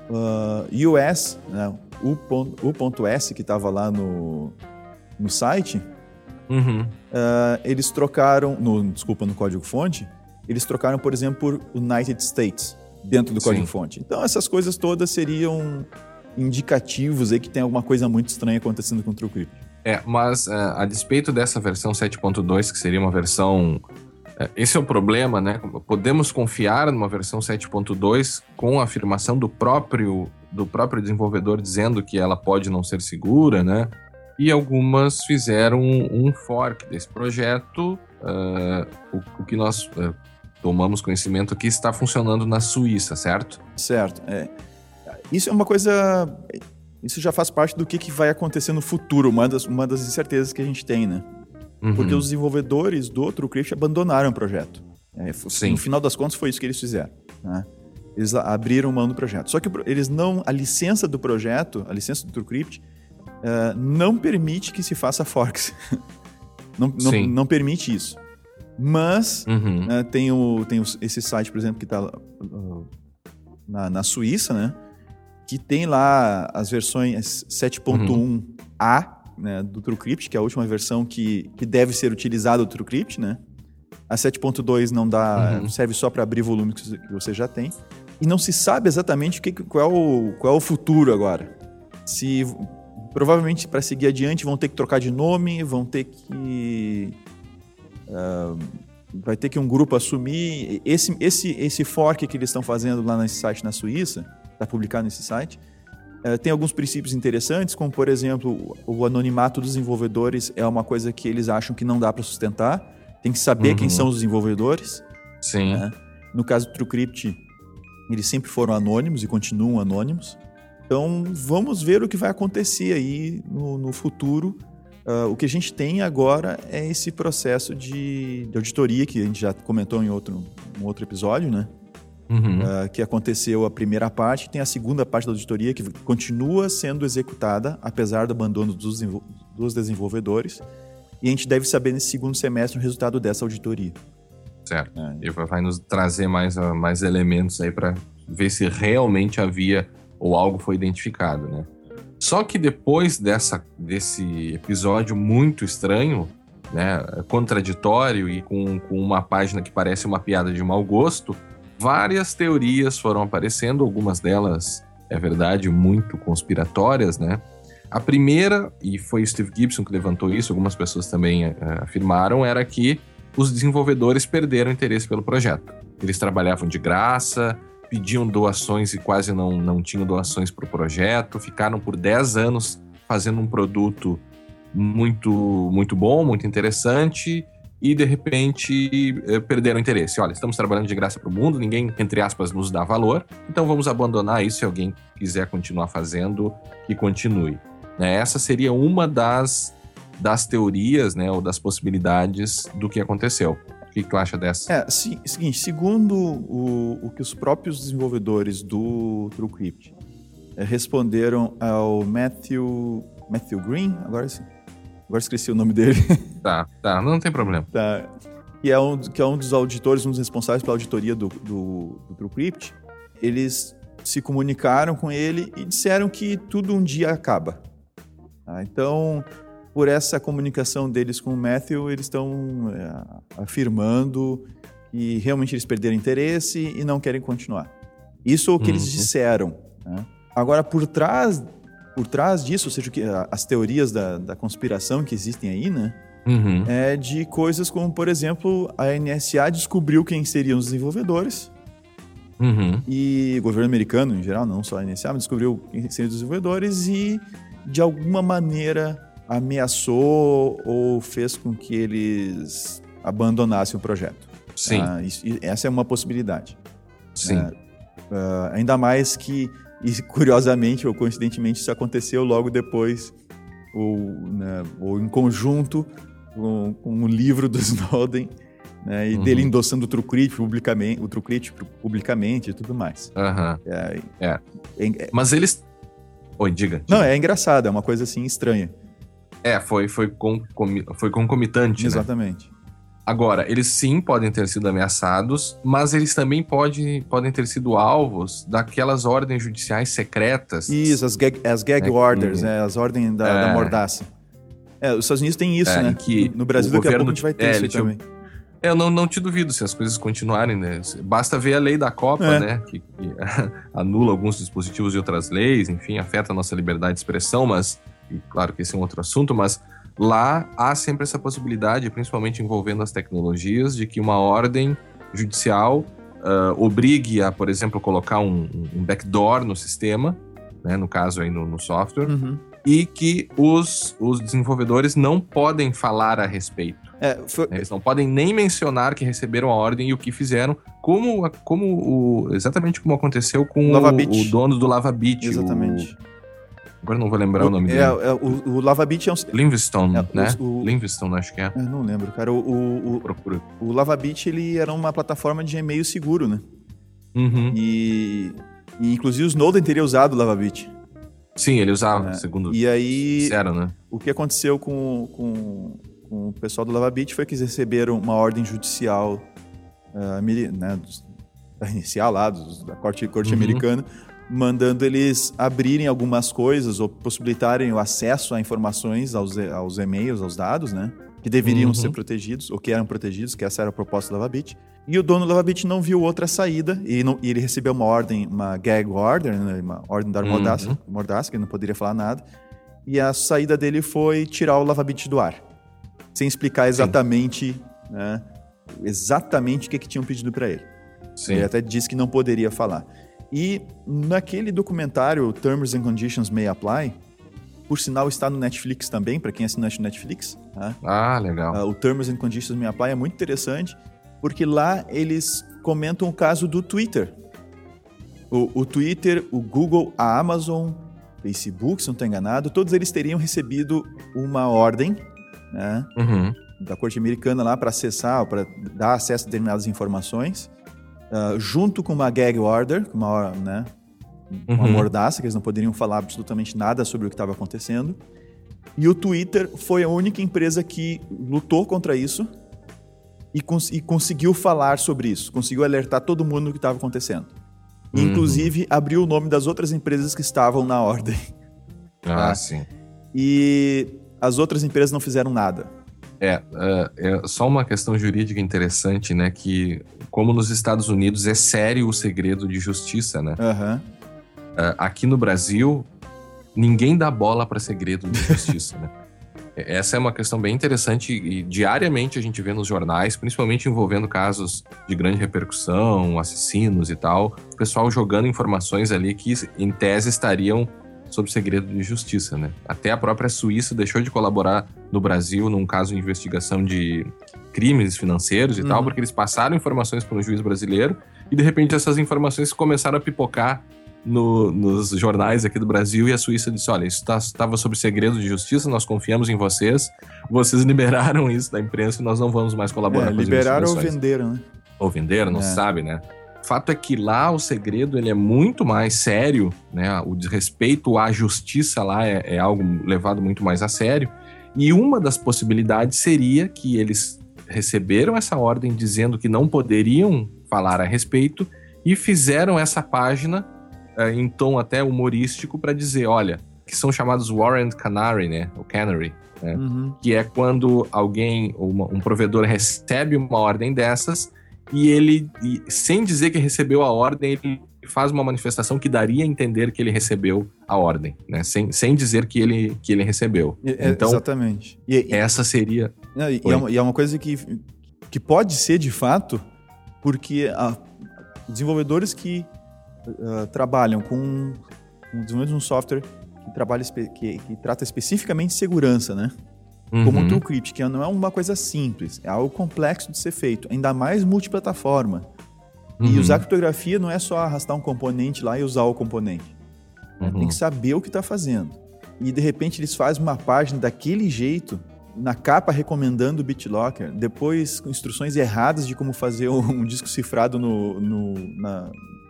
uh, U S, né? U.S, que estava lá no, no site, uhum. uh, eles trocaram, no, desculpa, no código-fonte, eles trocaram, por exemplo, por United States dentro do código-fonte. Então, essas coisas todas seriam indicativos aí que tem alguma coisa muito estranha acontecendo com o TrueCrypt. É, mas uh, a despeito dessa versão sete ponto dois, que seria uma versão... Uh, esse é o problema, né? Podemos confiar numa versão sete ponto dois com a afirmação do próprio, do próprio desenvolvedor dizendo que ela pode não ser segura, né? E algumas fizeram um, um fork desse projeto, uh, o, o que nós... Uh, tomamos conhecimento que está funcionando na Suíça, certo? Certo. É. Isso é uma coisa... Isso já faz parte do que, que vai acontecer no futuro, uma das, uma das incertezas que a gente tem, né? Uhum. Porque os desenvolvedores do TrueCrypt abandonaram o projeto. É, Sim. No final das contas, foi isso que eles fizeram. Né? Eles abriram mão do projeto. Só que eles não... A licença do projeto, a licença do TrueCrypt, uh, não permite que se faça forks. não, não, não permite isso. Mas Uhum. né, tem, o, tem os, esse site, por exemplo, que está uh, na, na Suíça, né? Que tem lá as versões sete ponto um A né, do TrueCrypt, que é a última versão que, que deve ser utilizada do TrueCrypt, né? A sete ponto dois não dá, Uhum. serve só para abrir volume que você já tem. E não se sabe exatamente o que, qual, é o, qual é o futuro agora. Se provavelmente para seguir adiante vão ter que trocar de nome, vão ter que uh, vai ter que um grupo assumir esse esse esse fork que eles estão fazendo lá nesse site na Suíça, está publicado nesse site. Uh, tem alguns princípios interessantes, como por exemplo o anonimato dos desenvolvedores é uma coisa que eles acham que não dá para sustentar. Tem que saber Uhum. quem são os desenvolvedores. Sim. Né? No caso do TrueCrypt, eles sempre foram anônimos e continuam anônimos. Então, vamos ver o que vai acontecer aí no, no futuro. Uh, o que a gente tem agora é esse processo de, de auditoria, que a gente já comentou em outro, um outro episódio, né? Uhum. Uh, que aconteceu a primeira parte, tem a segunda parte da auditoria, que continua sendo executada, apesar do abandono dos, dos desenvolvedores. E a gente deve saber nesse segundo semestre o resultado dessa auditoria. Certo. É. Ele vai nos trazer mais, uh, mais elementos aí para ver se realmente havia ou algo foi identificado, né? Só que depois dessa, desse episódio muito estranho, né, contraditório e com, com uma página que parece uma piada de mau gosto, várias teorias foram aparecendo, algumas delas, é verdade, muito conspiratórias, né? A primeira, e foi o Steve Gibson que levantou isso, algumas pessoas também uh, afirmaram, era que os desenvolvedores perderam interesse pelo projeto. Eles trabalhavam de graça, pediam doações e quase não, não tinham doações para o projeto, ficaram por dez anos fazendo um produto muito, muito bom, muito interessante, e de repente eh, perderam interesse. Olha, estamos trabalhando de graça para o mundo, ninguém, entre aspas, nos dá valor, então vamos abandonar isso. Se alguém quiser continuar fazendo, que continue. Né? Essa seria uma das, das teorias, né, ou das possibilidades do que aconteceu. O que tu acha dessa? É, se, seguinte, segundo o, o que os próprios desenvolvedores do TrueCrypt é, responderam ao Matthew, Matthew Green, agora sim, agora esqueci o nome dele. Tá, tá, não tem problema. Tá, que, é um, que é um dos auditores, um dos responsáveis pela auditoria do, do, do TrueCrypt. Eles se comunicaram com ele e disseram que tudo um dia acaba. Tá, então, por essa comunicação deles com o Matthew, eles estão é, afirmando que realmente eles perderam interesse e não querem continuar. Isso é o que Uhum. eles disseram. Né? Agora, por trás, por trás disso, ou seja, que, as teorias da, da conspiração que existem aí, né? Uhum. É de coisas como, por exemplo, a N S A descobriu quem seriam os desenvolvedores Uhum. e o governo americano, em geral, não só a N S A, mas descobriu quem seriam os desenvolvedores e, de alguma maneira, ameaçou ou fez com que eles abandonassem o projeto. Sim. Ah, isso, essa é uma possibilidade. Sim. É, uh, ainda mais que, e curiosamente ou coincidentemente, isso aconteceu logo depois, ou, né, ou em conjunto com, com o livro do Snowden, né, e Uhum. dele endossando o TrueCrypt publicamente, o TrueCrypt publicamente e tudo mais. Aham. É, É. é- é- Mas eles... Oi, diga. não, é engraçado, é uma coisa assim estranha. É, foi, foi, concomi- foi concomitante, né? Exatamente. Agora, eles sim podem ter sido ameaçados, mas eles também pode, podem ter sido alvos daquelas ordens judiciais secretas. Isso, as gag, as gag É, orders, que- né, as ordens da, É. da mordaça. É, os Estados Unidos têm isso, É, né? em que No Brasil, o daqui a governo pouco a gente vai ter é, isso ele aí tinha- também. Eu não, não te duvido se as coisas continuarem, né? Basta ver a lei da Copa, É. né? Que, que anula alguns dispositivos de outras leis, enfim, afeta a nossa liberdade de expressão, mas, e claro que esse é um outro assunto, mas lá há sempre essa possibilidade, principalmente envolvendo as tecnologias, de que uma ordem judicial uh, obrigue a, por exemplo, colocar um, um backdoor no sistema, né? No caso aí no, no software, Uhum. e que os, os desenvolvedores não podem falar a respeito. É, foi- Eles não podem nem mencionar que receberam a ordem e o que fizeram, como, como o, exatamente como aconteceu com o, LavaBit. o dono do LavaBit. Exatamente. O, agora não vou lembrar o, nome é, dele. é, o, o LavaBit é um... Livingstone, é, né? o- Livingstone, acho que é. Eu não lembro, cara. O, o, o, Procura. o LavaBit, ele era uma plataforma de e-mail seguro, né? Uhum. E, e inclusive o Snowden teria usado o LavaBit. Sim, ele usava, É, segundo E aí, disseram, né? o que aconteceu com, com, com o pessoal do LavaBit foi que eles receberam uma ordem judicial uh, né, da inicial lá, dos, da corte, corte uhum. americana, mandando eles abrirem algumas coisas ou possibilitarem o acesso a informações, aos, aos e-mails, aos dados, né? Que deveriam uhum. ser protegidos, ou que eram protegidos, que essa era a proposta do LavaBit. E o dono do LavaBit não viu outra saída, e, não, e ele recebeu uma ordem, uma gag order, né, uma ordem da mordaça, uhum. mordaça, que ele não poderia falar nada, e a saída dele foi tirar o LavaBit do ar, sem explicar exatamente, né, exatamente o que, que tinham pedido para ele. Sim. Ele até disse que não poderia falar. E naquele documentário, Terms and Conditions May Apply, por sinal, está no Netflix também, para quem assina no Netflix. Tá? Ah, legal. Uh, o Terms and Conditions May Apply é muito interessante, porque lá eles comentam o caso do Twitter. O, o Twitter, o Google, a Amazon, Facebook, se não estou enganado, todos eles teriam recebido uma ordem, né, uhum. da corte americana lá para acessar, para dar acesso a determinadas informações, uh, junto com uma gag order, uma, né, uma uhum. mordaça, que eles não poderiam falar absolutamente nada sobre o que estava acontecendo. E o Twitter foi a única empresa que lutou contra isso e, cons- e conseguiu falar sobre isso, conseguiu alertar todo mundo do que estava acontecendo. Uhum. Inclusive, abriu o nome das outras empresas que estavam na ordem. Ah, tá? Sim. E as outras empresas não fizeram nada. É, uh, é só uma questão jurídica interessante, né? Que, como nos Estados Unidos, é sério o segredo de justiça, né? Aham. Uhum. Uh, aqui no Brasil, ninguém dá bola para segredo de justiça, né? Essa é uma questão bem interessante e diariamente a gente vê nos jornais, principalmente envolvendo casos de grande repercussão, assassinos e tal, o pessoal jogando informações ali que, em tese, estariam sob segredo de justiça, né? Até a própria Suíça deixou de colaborar no Brasil num caso de investigação de crimes financeiros e uhum. tal, porque eles passaram informações para um juiz brasileiro e, de repente, essas informações começaram a pipocar No, nos jornais aqui do Brasil, e a Suíça disse, olha, isso estava sob segredo de justiça, nós confiamos em vocês, vocês liberaram isso da imprensa e nós não vamos mais colaborar é, com as liberaram investigações. ou venderam, né? Ou venderam, não é. se sabe, né? O fato é que lá o segredo ele é muito mais sério, né? O desrespeito à justiça lá é, é algo levado muito mais a sério, e uma das possibilidades seria que eles receberam essa ordem dizendo que não poderiam falar a respeito e fizeram essa página em tom até humorístico para dizer, olha, que são chamados warrant canary, né? O canary, né? Uhum. Que é quando alguém, uma, um provedor recebe uma ordem dessas e ele, e, sem dizer que recebeu a ordem, ele faz uma manifestação que daria a entender que ele recebeu a ordem, né? Sem, sem dizer que ele, que ele recebeu. É, então, exatamente. E, e, essa seria... E, e, é uma, e é uma coisa que, que pode ser de fato, porque a, desenvolvedores que Uh, trabalham com, com desenvolvimento de um software que, trabalha, que, que trata especificamente de segurança, né? Uhum. Como o TrueCrypt, que não é uma coisa simples, é algo complexo de ser feito, ainda mais multiplataforma. Uhum. E usar criptografia não é só arrastar um componente lá e usar o componente. Uhum. Tem que saber o que está fazendo. E de repente eles fazem uma página daquele jeito, na capa recomendando o BitLocker, depois com instruções erradas de como fazer um, um disco cifrado no... no na,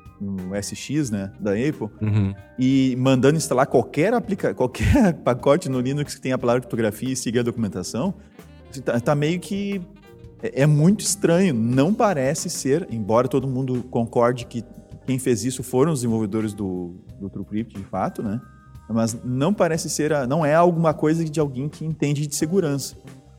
no S X, né, da Apple, uhum. e mandando instalar qualquer, aplica- qualquer pacote no Linux que tenha a palavra criptografia e seguir a documentação, tá, tá meio que... É, é muito estranho. Não parece ser, embora todo mundo concorde que quem fez isso foram os desenvolvedores do, do TrueCrypt, de fato, né? Mas não parece ser... A, não é alguma coisa de alguém que entende de segurança.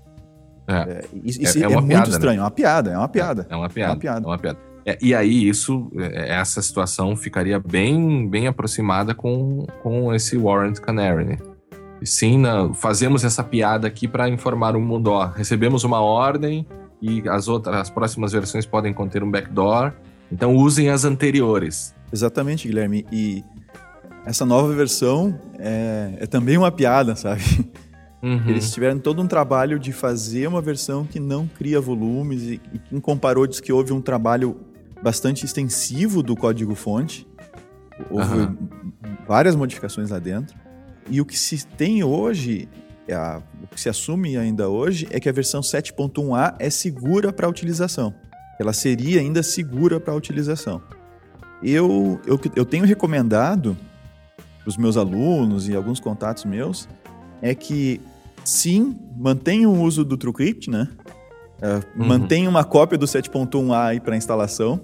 É, é, isso, é, é, é uma muito piada, estranho. Né? É uma piada, é uma piada. É, é uma piada, é uma piada. É uma piada. É, e aí, isso, essa situação ficaria bem, bem aproximada com, com esse Warrant Canary, né? E sim, na, fazemos essa piada aqui para informar o mundo, ó, recebemos uma ordem e as outras, as próximas versões podem conter um backdoor, então usem as anteriores. Exatamente, Guilherme. E essa nova versão é, é também uma piada, sabe? Uhum. Eles tiveram todo um trabalho de fazer uma versão que não cria volumes e, e quem comparou diz que houve um trabalho bastante extensivo do código-fonte. Houve uhum. várias modificações lá dentro. E o que se tem hoje, é a, o que se assume ainda hoje, é que a versão sete ponto um A é segura para utilização. Ela seria ainda segura para utilização. Eu, eu, eu tenho recomendado para os meus alunos e alguns contatos meus é que sim, mantenha o uso do TrueCrypt, né? Uh, uhum. Mantenha uma cópia do sete ponto um A aí para instalação.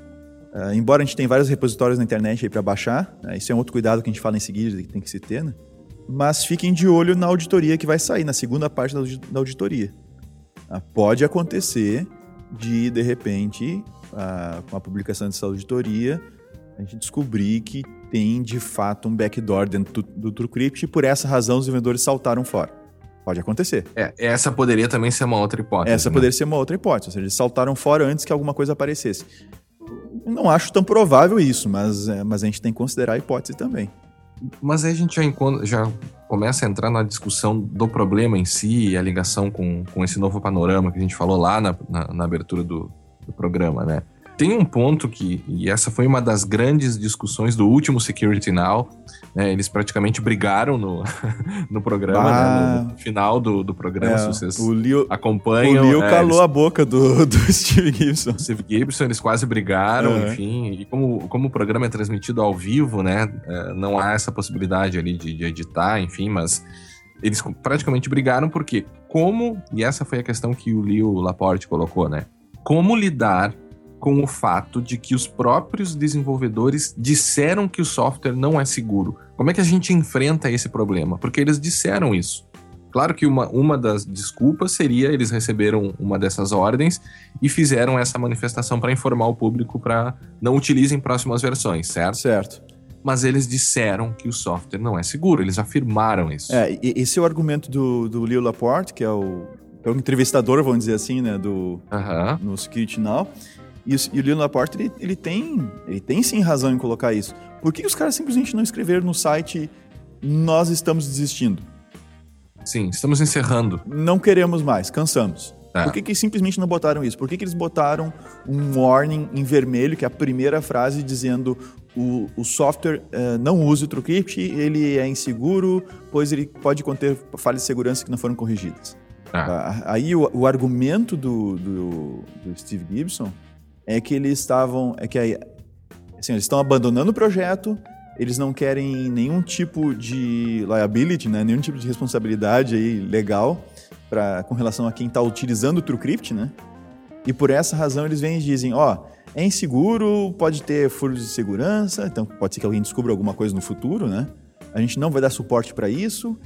Uh, embora a gente tenha vários repositórios na internet aí para baixar, né? Isso é um outro cuidado que a gente fala em seguida que tem que se ter, né? Mas fiquem de olho na auditoria que vai sair, na segunda parte da auditoria. Uh, pode acontecer de, de repente, uh, com a publicação dessa auditoria, a gente descobrir que tem, de fato, um backdoor dentro do, do TrueCrypt e, por essa razão, os vendedores saltaram fora. Pode acontecer. É, essa poderia também ser uma outra hipótese. Essa né? poderia ser uma outra hipótese. Ou seja, eles saltaram fora antes que alguma coisa aparecesse. Não acho tão provável isso, mas, é, mas a gente tem que considerar a hipótese também. Mas aí a gente já, já começa a entrar na discussão do problema em si e a ligação com, com esse novo panorama que a gente falou lá na, na, na abertura do, do programa, né? Tem um ponto que, e essa foi uma das grandes discussões do último Security Now, né, eles praticamente brigaram no, no programa, ah, né, no final do, do programa, é, se vocês o Leo, acompanham. O Leo é, calou eles, a boca do, do Steve Gibson. Steve Gibson, eles quase brigaram, uhum. enfim, e como, como o programa é transmitido ao vivo, né, não há essa possibilidade ali de, de editar, enfim, mas eles praticamente brigaram porque como, e essa foi a questão que o Leo Laporte colocou, né, como lidar com o fato de que os próprios desenvolvedores disseram que o software não é seguro. Como é que a gente enfrenta esse problema? Porque eles disseram isso. Claro que uma, uma das desculpas seria eles receberam uma dessas ordens e fizeram essa manifestação para informar o público para não utilizem próximas versões, certo? Certo. Mas eles disseram que o software não é seguro, eles afirmaram isso. É, esse é o argumento do, do Leo Laporte, que é o, é o entrevistador, vamos dizer assim, né, do, uh-huh. no Security Now. E o, e o Leo Laporte, ele, ele, tem, ele tem sim razão em colocar isso. Por que os caras simplesmente não escreveram no site nós estamos desistindo? Sim, estamos encerrando. Não queremos mais, cansamos. É. Por que, que simplesmente não botaram isso? Por que, que eles botaram um warning em vermelho, que é a primeira frase dizendo o, o software uh, não use o TrueCrypt, ele é inseguro, pois ele pode conter falhas de segurança que não foram corrigidas. É. Uh, aí o, o argumento do, do, do Steve Gibson é que eles estavam, é que aí, assim, eles estão abandonando o projeto, eles não querem nenhum tipo de liability, né, nenhum tipo de responsabilidade aí legal pra, com relação a quem está utilizando o TrueCrypt, né? E por essa razão eles vêm e dizem, ó, oh, é inseguro, pode ter furos de segurança, então pode ser que alguém descubra alguma coisa no futuro, né? A gente não vai dar suporte para isso,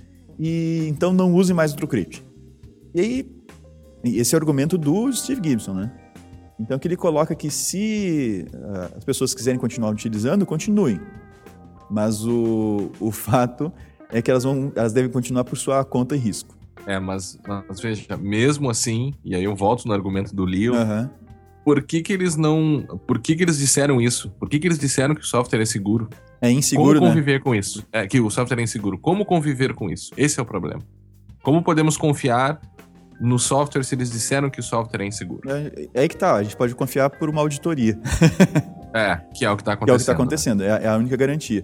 e então não use mais o TrueCrypt. E aí, esse é o argumento do Steve Gibson, né? Então, que ele coloca que se uh, as pessoas quiserem continuar utilizando, continuem. Mas o, o fato é que elas, vão, elas devem continuar por sua conta e risco. É, mas, mas veja, mesmo assim, e aí eu volto no argumento do Leo, uhum. por que que eles não... Por que que eles disseram isso? Por que que eles disseram que o software é seguro? É inseguro, Como conviver né? com isso? É, que o software é inseguro. Como conviver com isso? Esse é o problema. Como podemos confiar no software se eles disseram que o software é inseguro? É, é aí que tá, a gente pode confiar por uma auditoria. É, que é o que está acontecendo. Que é o que está acontecendo, né? é, é a única garantia.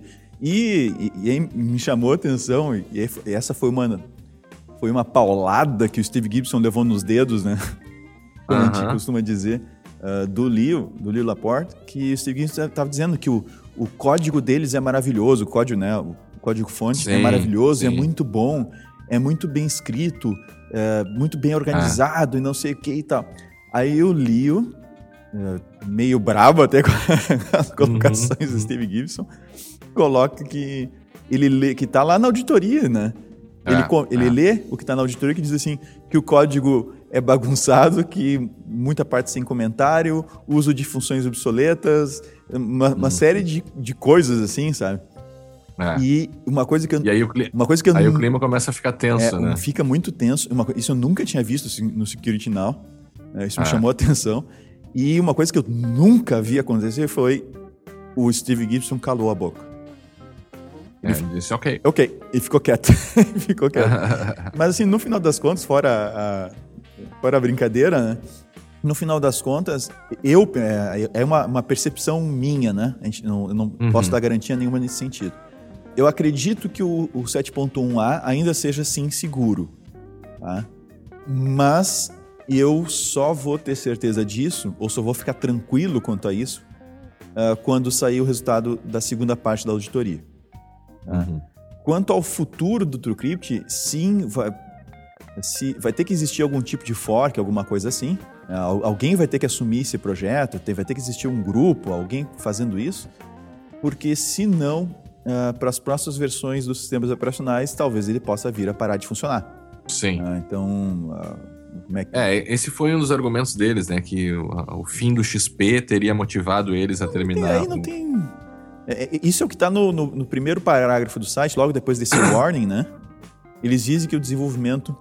E, e, e me chamou a atenção, e, e essa foi uma, foi uma paulada que o Steve Gibson levou nos dedos, né? Como uh-huh. a gente costuma dizer, uh, do Leo, do Leo Laporte, que o Steve Gibson estava dizendo que o, o código deles é maravilhoso, o código, né? O código-fonte é maravilhoso, sim. é muito bom, é muito bem escrito, é muito bem organizado ah. e não sei o que e tal. Aí o Leo, meio bravo até com as colocações uhum. do Steve Gibson, coloca que ele lê, que tá lá na auditoria, né? Ele, ah, ele ah. lê o que tá na auditoria que diz assim, que o código é bagunçado, que muita parte sem comentário, uso de funções obsoletas, uma, uma uhum. série de, de coisas assim, sabe? É. E uma coisa que eu, e aí o, cli- uma coisa que eu aí não, o clima começa a ficar tenso, é, né? Fica muito tenso. Uma, isso eu nunca tinha visto no Security Now. Né? Isso me ah. chamou a atenção. E uma coisa que eu nunca vi acontecer foi o Steve Gibson calou a boca. Ele é, disse ok. Ok, e ficou quieto. ficou quieto. Mas assim, no final das contas, fora a, fora a brincadeira, né? No final das contas, eu, é, é uma, uma percepção minha, né? A gente não, eu não uhum. posso dar garantia nenhuma nesse sentido. Eu acredito que o, o sete ponto um A ainda seja, sim, seguro. Tá? Mas eu só vou ter certeza disso, ou só vou ficar tranquilo quanto a isso, uh, quando sair o resultado da segunda parte da auditoria. Tá? Uhum. Quanto ao futuro do TrueCrypt, sim, vai, se vai ter que existir algum tipo de fork, alguma coisa assim. Alguém vai ter que assumir esse projeto, vai ter que existir um grupo, alguém fazendo isso, porque se não, uh, para as próximas versões dos sistemas operacionais, talvez ele possa vir a parar de funcionar. Sim. Uh, então, uh, como é que... É, esse foi um dos argumentos deles, né? Que o, o fim do X P teria motivado eles a terminar. Aí não tem... É, isso é o que está no, no, no primeiro parágrafo do site, logo depois desse warning, né? Eles dizem que o desenvolvimento...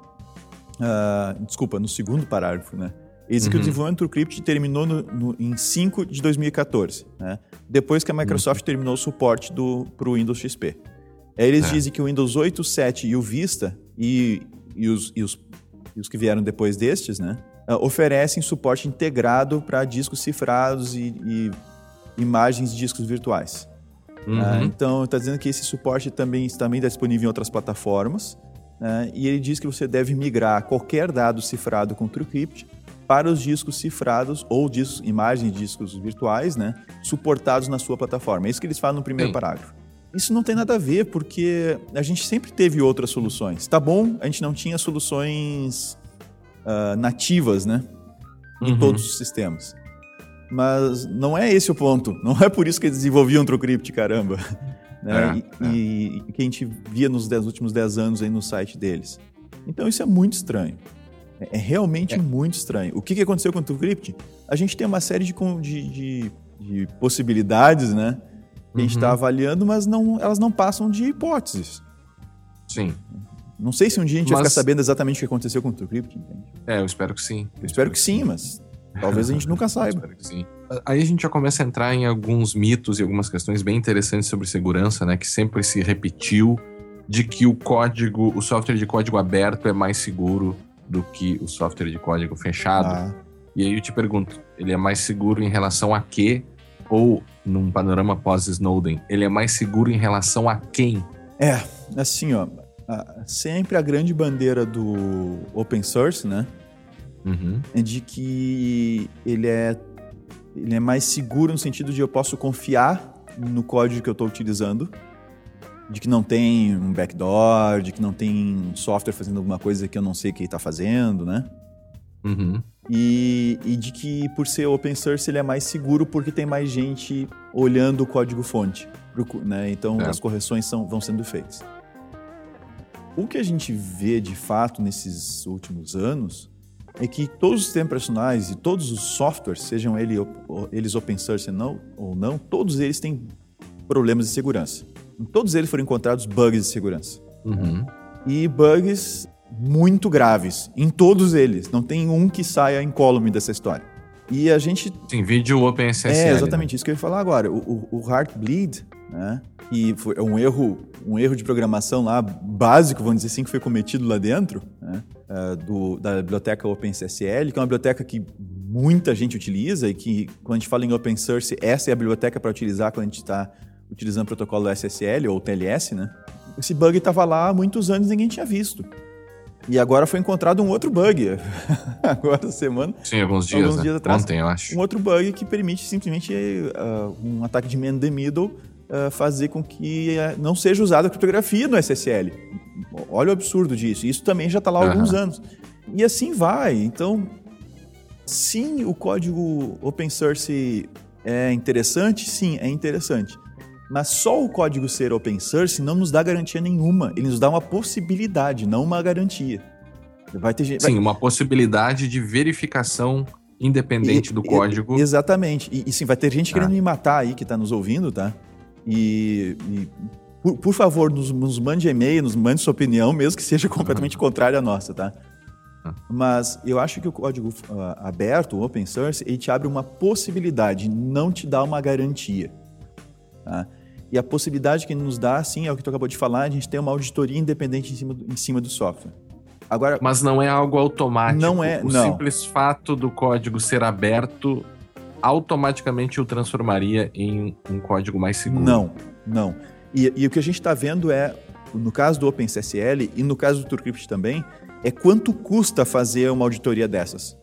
Uh, desculpa, no segundo parágrafo, né? Eles dizem uhum. que o desenvolvimento do TrueCrypt terminou no, no, em cinco de dois mil e catorze, né? Depois que a Microsoft uhum. terminou o suporte para o Windows X P. Aí eles é. dizem que o Windows oito, sete e o Vista, e, e, os, e, os, e os que vieram depois destes, né? Uh, oferecem suporte integrado para discos cifrados e, e imagens de discos virtuais. Uhum. Uh, então, está dizendo que esse suporte também está também disponível em outras plataformas. Uh, e ele diz que você deve migrar qualquer dado cifrado com TrueCrypt para os discos cifrados ou discos, imagens de discos virtuais, né, suportados na sua plataforma. É isso que eles falam no primeiro Sim. parágrafo. Isso não tem nada a ver, porque a gente sempre teve outras soluções. Tá bom, a gente não tinha soluções uh, nativas, né, em uhum. todos os sistemas. Mas não é esse o ponto. Não é por isso que eles desenvolviam TrueCrypt, caramba. Né? É, e, é. e que a gente via nos dez, últimos dez anos aí no site deles. Então isso é muito estranho. É, é realmente é. muito estranho. O que, que aconteceu com o TrueCrypt? A gente tem uma série de, de, de, de possibilidades, né? Que a gente está uhum. avaliando, mas não, elas não passam de hipóteses. Sim. Não sei se um dia a gente mas... vai ficar sabendo exatamente o que aconteceu com o TrueCrypt. Entende? É, eu espero que sim. Eu, eu espero que, que sim, sim, mas talvez a gente nunca saiba. Espero que sim. Aí a gente já começa a entrar em alguns mitos e algumas questões bem interessantes sobre segurança, né? Que sempre se repetiu de que o código, o software de código aberto é mais seguro do que o software de código fechado. Ah. E aí eu te pergunto, ele é mais seguro em relação a quê? Ou, num panorama pós-Snowden, ele é mais seguro em relação a quem? É, assim, ó, sempre a grande bandeira do open source, né? Uhum. É de que ele é, ele é mais seguro no sentido de eu posso confiar no código que eu estou utilizando, de que não tem um backdoor, de que não tem um software fazendo alguma coisa que eu não sei o que ele está fazendo, né? Uhum. E, e de que por ser open source ele é mais seguro porque tem mais gente olhando o código-fonte, né? Então é. as correções são, vão sendo feitas. O que a gente vê de fato nesses últimos anos é que todos os sistemas operacionais e todos os softwares, sejam ele, eles open source ou não, ou não, todos eles têm problemas de segurança. Em todos eles foram encontrados bugs de segurança. Uhum. E bugs muito graves. Em todos eles. Não tem um que saia incólume dessa história. E a gente... Tem vídeo OpenSSL. É, exatamente, né? Isso que eu ia falar agora. O, o, o Heartbleed, né? Que foi um erro, um erro de programação lá, básico, vamos dizer assim, que foi cometido lá dentro, né? Uh, do, da biblioteca OpenSSL, que é uma biblioteca que muita gente utiliza e que, quando a gente fala em open source, essa é a biblioteca para utilizar quando a gente está utilizando o protocolo S S L ou T L S, né? Esse bug estava lá há muitos anos e ninguém tinha visto. E agora foi encontrado um outro bug, agora semana. Sim, alguns dias, alguns né? dias atrás. Ontem, eu acho. Um outro bug que permite simplesmente uh, um ataque de man in the middle uh, fazer com que uh, não seja usada a criptografia no S S L. Olha o absurdo disso. Isso também já está lá há uhum. alguns anos. E assim vai. Então, sim, o código open source é interessante? Sim, é interessante. Mas só o código ser open source não nos dá garantia nenhuma. Ele nos dá uma possibilidade, não uma garantia. Vai ter gente, sim, vai... uma possibilidade de verificação independente e, do código. E, exatamente. E, e sim, vai ter gente ah. querendo me matar aí, que está nos ouvindo, tá? E, e por, por favor, nos, nos mande e-mail, nos mande sua opinião, mesmo que seja completamente ah. contrária à nossa, tá? Ah. Mas eu acho que o código uh, aberto, o open source, ele te abre uma possibilidade, não te dá uma garantia. Tá? E a possibilidade que ele nos dá, sim, é o que tu acabou de falar, a gente tem uma auditoria independente em cima do, em cima do software. Agora, mas não é algo automático. Não é, o não. simples fato do código ser aberto automaticamente o transformaria em um código mais seguro. Não, não. E, e o que a gente está vendo é, no caso do OpenSSL e no caso do TrueCrypt também, é quanto custa fazer uma auditoria dessas.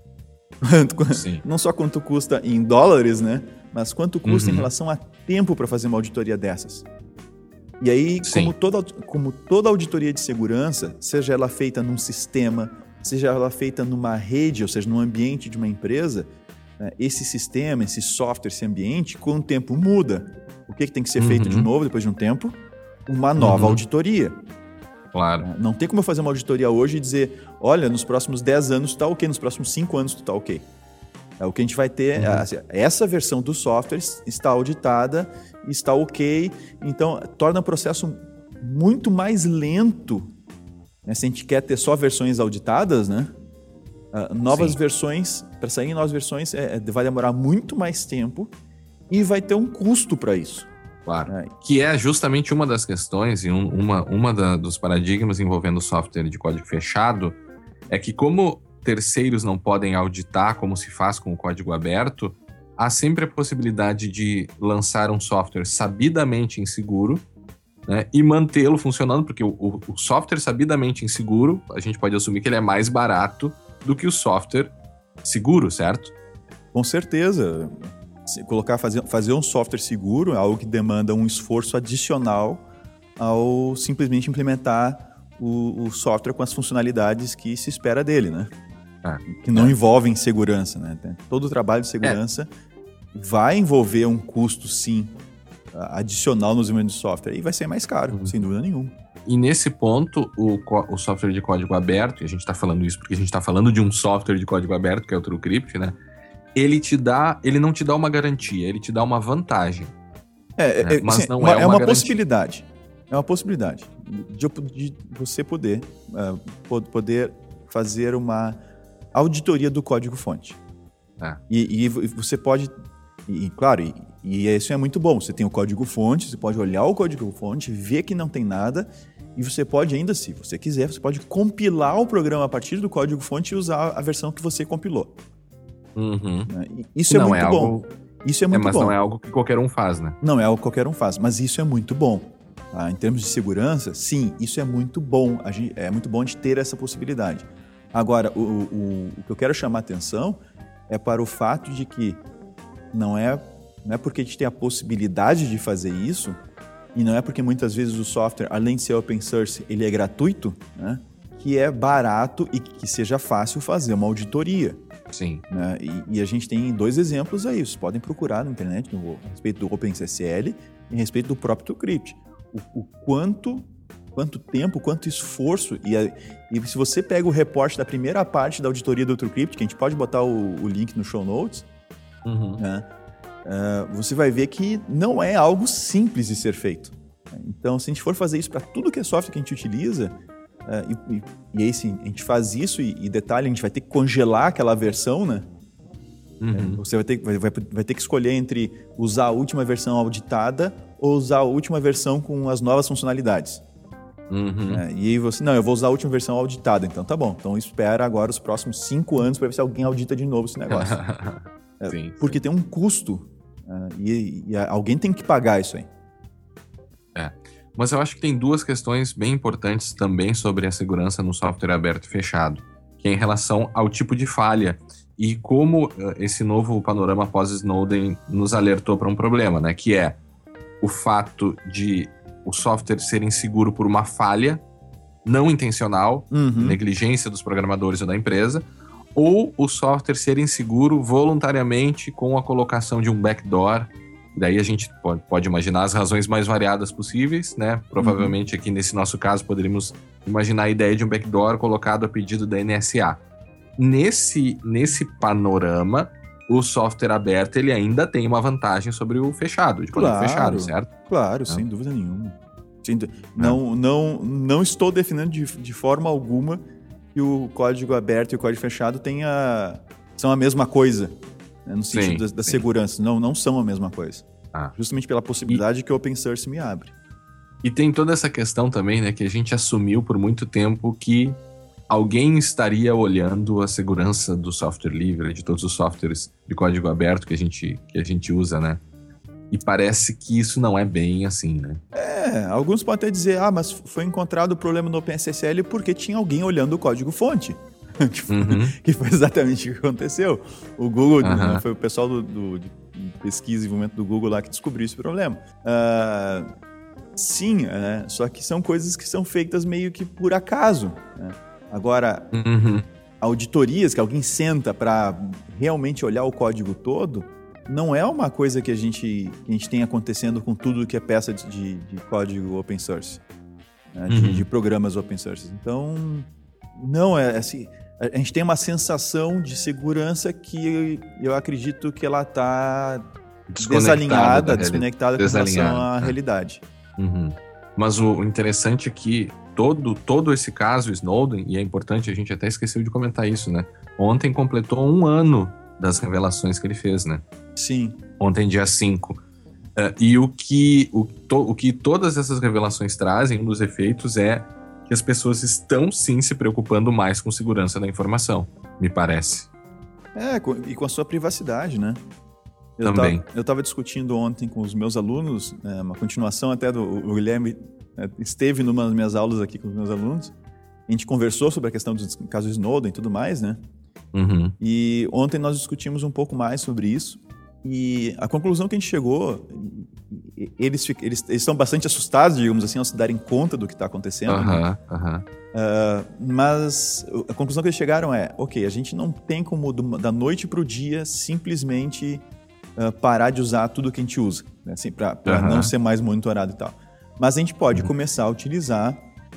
Sim. Não só quanto custa em dólares, né? Mas quanto custa uhum. em relação a tempo para fazer uma auditoria dessas. E aí, como toda, como toda auditoria de segurança, seja ela feita num sistema, seja ela feita numa rede, ou seja, num ambiente de uma empresa, né, esse sistema, esse software, esse ambiente, com o tempo muda. O que, que tem que ser uhum. feito de novo depois de um tempo? Uma nova uhum. auditoria. Claro. Não tem como eu fazer uma auditoria hoje e dizer, olha, nos próximos dez anos tu tá ok, nos próximos cinco anos tu tá ok. É o que a gente vai ter, uhum. assim, essa versão do software está auditada, está ok, então torna o processo muito mais lento, né? Se a gente quer ter só versões auditadas, né? Uh, novas Sim. versões, para sair novas versões, é, vai demorar muito mais tempo e vai ter um custo para isso. Claro, é. Que é justamente uma das questões e um, uma, uma da, dos paradigmas envolvendo software de código fechado, é que como terceiros não podem auditar como se faz com o código aberto, há sempre a possibilidade de lançar um software sabidamente inseguro, né, e mantê-lo funcionando, porque o, o, o software sabidamente inseguro, a gente pode assumir que ele é mais barato do que o software seguro, certo? Com certeza. Colocar, fazer, fazer um software seguro é algo que demanda um esforço adicional ao simplesmente implementar o, o software com as funcionalidades que se espera dele, né? Ah, que não é. envolvem segurança, né? Todo o trabalho de segurança é. vai envolver um custo, sim, adicional no desenvolvimento de software e vai ser mais caro, uhum. sem dúvida nenhuma. E nesse ponto, o, o software de código aberto, e a gente está falando isso porque a gente está falando de um software de código aberto, que é o TrueCrypt, né? Ele te dá, ele não te dá uma garantia, ele te dá uma vantagem. É, né? é, Mas assim, não uma, é uma, é uma garantia. possibilidade. É uma possibilidade de, de você poder, uh, poder fazer uma auditoria do código-fonte. É. E, e você pode, e, claro, e, e isso é muito bom. Você tem o código-fonte, você pode olhar o código-fonte, ver que não tem nada, e você pode ainda, se você quiser, você pode compilar o programa a partir do código-fonte e usar a versão que você compilou. Uhum. Isso é não muito é bom. Algo... Isso é muito é, mas bom. Mas não é algo que qualquer um faz, né? Não é algo que qualquer um faz, mas isso é muito bom. Ah, em termos de segurança, sim, isso é muito bom. A gente, é muito bom de ter essa possibilidade. Agora, o, o, o que eu quero chamar a atenção é para o fato de que não é, não é porque a gente tem a possibilidade de fazer isso, e não é porque muitas vezes o software, além de ser open source, ele é gratuito, né, que é barato e que seja fácil fazer uma auditoria. Sim. Né? E, e a gente tem dois exemplos aí. Vocês podem procurar na internet no, a respeito do OpenSSL e a respeito do próprio TrueCrypt. O, o quanto, quanto tempo, quanto esforço. E, a, e se você pega o reporte da primeira parte da auditoria do TrueCrypt, que a gente pode botar o, o link no show notes, uhum. né? uh, você vai ver que não é algo simples de ser feito. Então, se a gente for fazer isso para tudo que é software que a gente utiliza, Uh, e, e, e aí sim, a gente faz isso e, e detalhe, a gente vai ter que congelar aquela versão, né? Uhum. Você vai ter, vai, vai, vai ter que escolher entre usar a última versão auditada ou usar a última versão com as novas funcionalidades. Uhum. É, e aí você, não, eu vou usar a última versão auditada, então tá bom. Então espera agora os próximos cinco anos para ver se alguém audita de novo esse negócio. é, sim, porque sim. tem um custo uh, e, e alguém tem que pagar isso aí. É. Mas eu acho que tem duas questões bem importantes também sobre a segurança no software aberto e fechado, que é em relação ao tipo de falha e como esse novo panorama pós-Snowden nos alertou para um problema, né? Que é o fato de o software ser inseguro por uma falha não intencional, uhum. negligência dos programadores ou da empresa, ou o software ser inseguro voluntariamente com a colocação de um backdoor. Daí a gente pode, pode imaginar as razões mais variadas possíveis, né? Provavelmente aqui nesse nosso caso poderíamos imaginar a ideia de um backdoor colocado a pedido da N S A. Nesse, nesse panorama, o software aberto ele ainda tem uma vantagem sobre o fechado, de código claro, fechado, certo? Claro, é. sem dúvida nenhuma. Sim, não, não, não estou defendendo de, de forma alguma que o código aberto e o código fechado tenha, são a mesma coisa. No sentido sim, da, da segurança. Não, não são a mesma coisa. Ah. Justamente pela possibilidade e, que o open source me abre. E tem toda essa questão também, né, que a gente assumiu por muito tempo que alguém estaria olhando a segurança do software livre, de todos os softwares de código aberto que a gente, que a gente usa, né? E parece que isso não é bem assim, né? É, alguns podem até dizer, ah, mas foi encontrado o problema no OpenSSL porque tinha alguém olhando o código-fonte. que, uhum. que foi exatamente o que aconteceu. O Google, uhum. né, foi o pessoal do, do, de pesquisa e desenvolvimento do Google lá que descobriu esse problema. Uh, Sim, é, só que são coisas que são feitas meio que por acaso. Né? Agora, Uhum. auditorias, que alguém senta para realmente olhar o código todo, não é uma coisa que a gente, que a gente tem acontecendo com tudo que é peça de, de, de código open source, né? de, Uhum. de programas open source. Então, não é assim. A gente tem uma sensação de segurança que eu acredito que ela está desalinhada, desconectada com relação à é. realidade. Uhum. Mas o interessante é que todo, todo esse caso Snowden, e é importante, a gente até esqueceu de comentar isso, né? Ontem completou um ano das revelações que ele fez, né? Sim. Ontem, dia cinco. Uh, e o que, o, to, o que todas essas revelações trazem, um dos efeitos é que as pessoas estão sim se preocupando mais com segurança da informação, me parece. É, e com a sua privacidade, né? Eu Também. Tava, eu estava discutindo ontem com os meus alunos, é, uma continuação até do o Guilherme é, esteve numa das minhas aulas aqui com os meus alunos. A gente conversou sobre a questão do caso Snowden e tudo mais, né? Uhum. E ontem nós discutimos um pouco mais sobre isso. E a conclusão que a gente chegou, eles, eles, eles estão bastante assustados, digamos assim, ao se darem conta do que está acontecendo. Uhum, né? uhum. Uh, mas a conclusão que eles chegaram é, ok, a gente não tem como do, da noite para o dia simplesmente uh, parar de usar tudo que a gente usa, né? Assim, para uhum. não ser mais monitorado e tal. Mas a gente pode uhum. começar a utilizar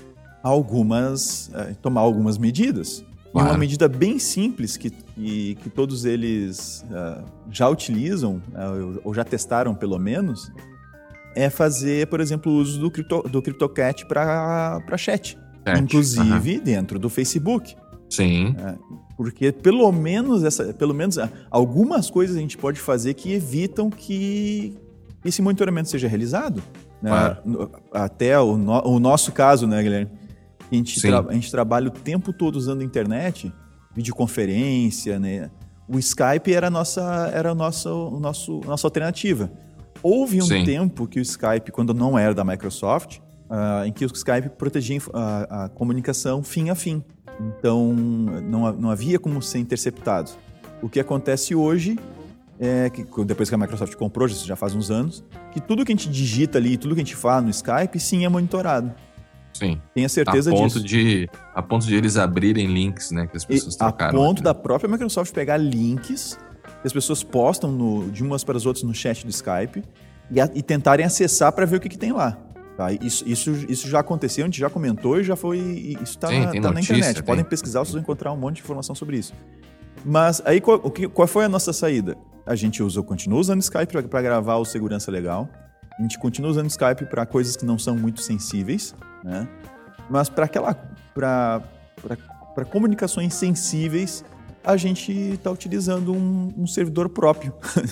algumas, uh, tomar algumas medidas. Claro. E uma medida bem simples que, que, que todos eles uh, já utilizam, uh, ou já testaram pelo menos, é fazer, por exemplo, o uso do, Crypto, do CryptoCat para chat. Chat. Inclusive uhum. dentro do Facebook. Sim. Uh, porque pelo menos, essa, pelo menos uh, algumas coisas a gente pode fazer que evitam que esse monitoramento seja realizado. Né? Claro. Até o, no, o nosso caso, né, Guilherme? A gente, tra- a gente trabalha o tempo todo usando a internet, videoconferência, né? O Skype era a nossa, era a nossa, o nosso, nossa alternativa. Houve um Sim. tempo que o Skype, quando não era da Microsoft, uh, em que o Skype protegia a, a comunicação fim a fim. Então, não, não havia como ser interceptado. O que acontece hoje é que, depois que a Microsoft comprou, já faz uns anos, que tudo que a gente digita ali, tudo que a gente fala no Skype, sim, é monitorado. Sim. Tenha certeza a ponto disso. De, a ponto de eles abrirem links, né, que as pessoas e trocaram. A ponto né? da própria Microsoft pegar links que as pessoas postam no, de umas para as outras no chat do Skype e, a, e tentarem acessar para ver o que, que tem lá. Tá? Isso, isso, isso já aconteceu, a gente já comentou e já foi. Isso está na, tá na internet. Tem, Podem pesquisar, vocês vão encontrar um monte de informação sobre isso. Mas aí qual, o que, qual foi a nossa saída? A gente usa, continua usando Skype para gravar o Segurança Legal. A gente continua usando Skype para coisas que não são muito sensíveis, né? Mas para aquela, para para comunicações sensíveis, a gente está utilizando um, um servidor próprio,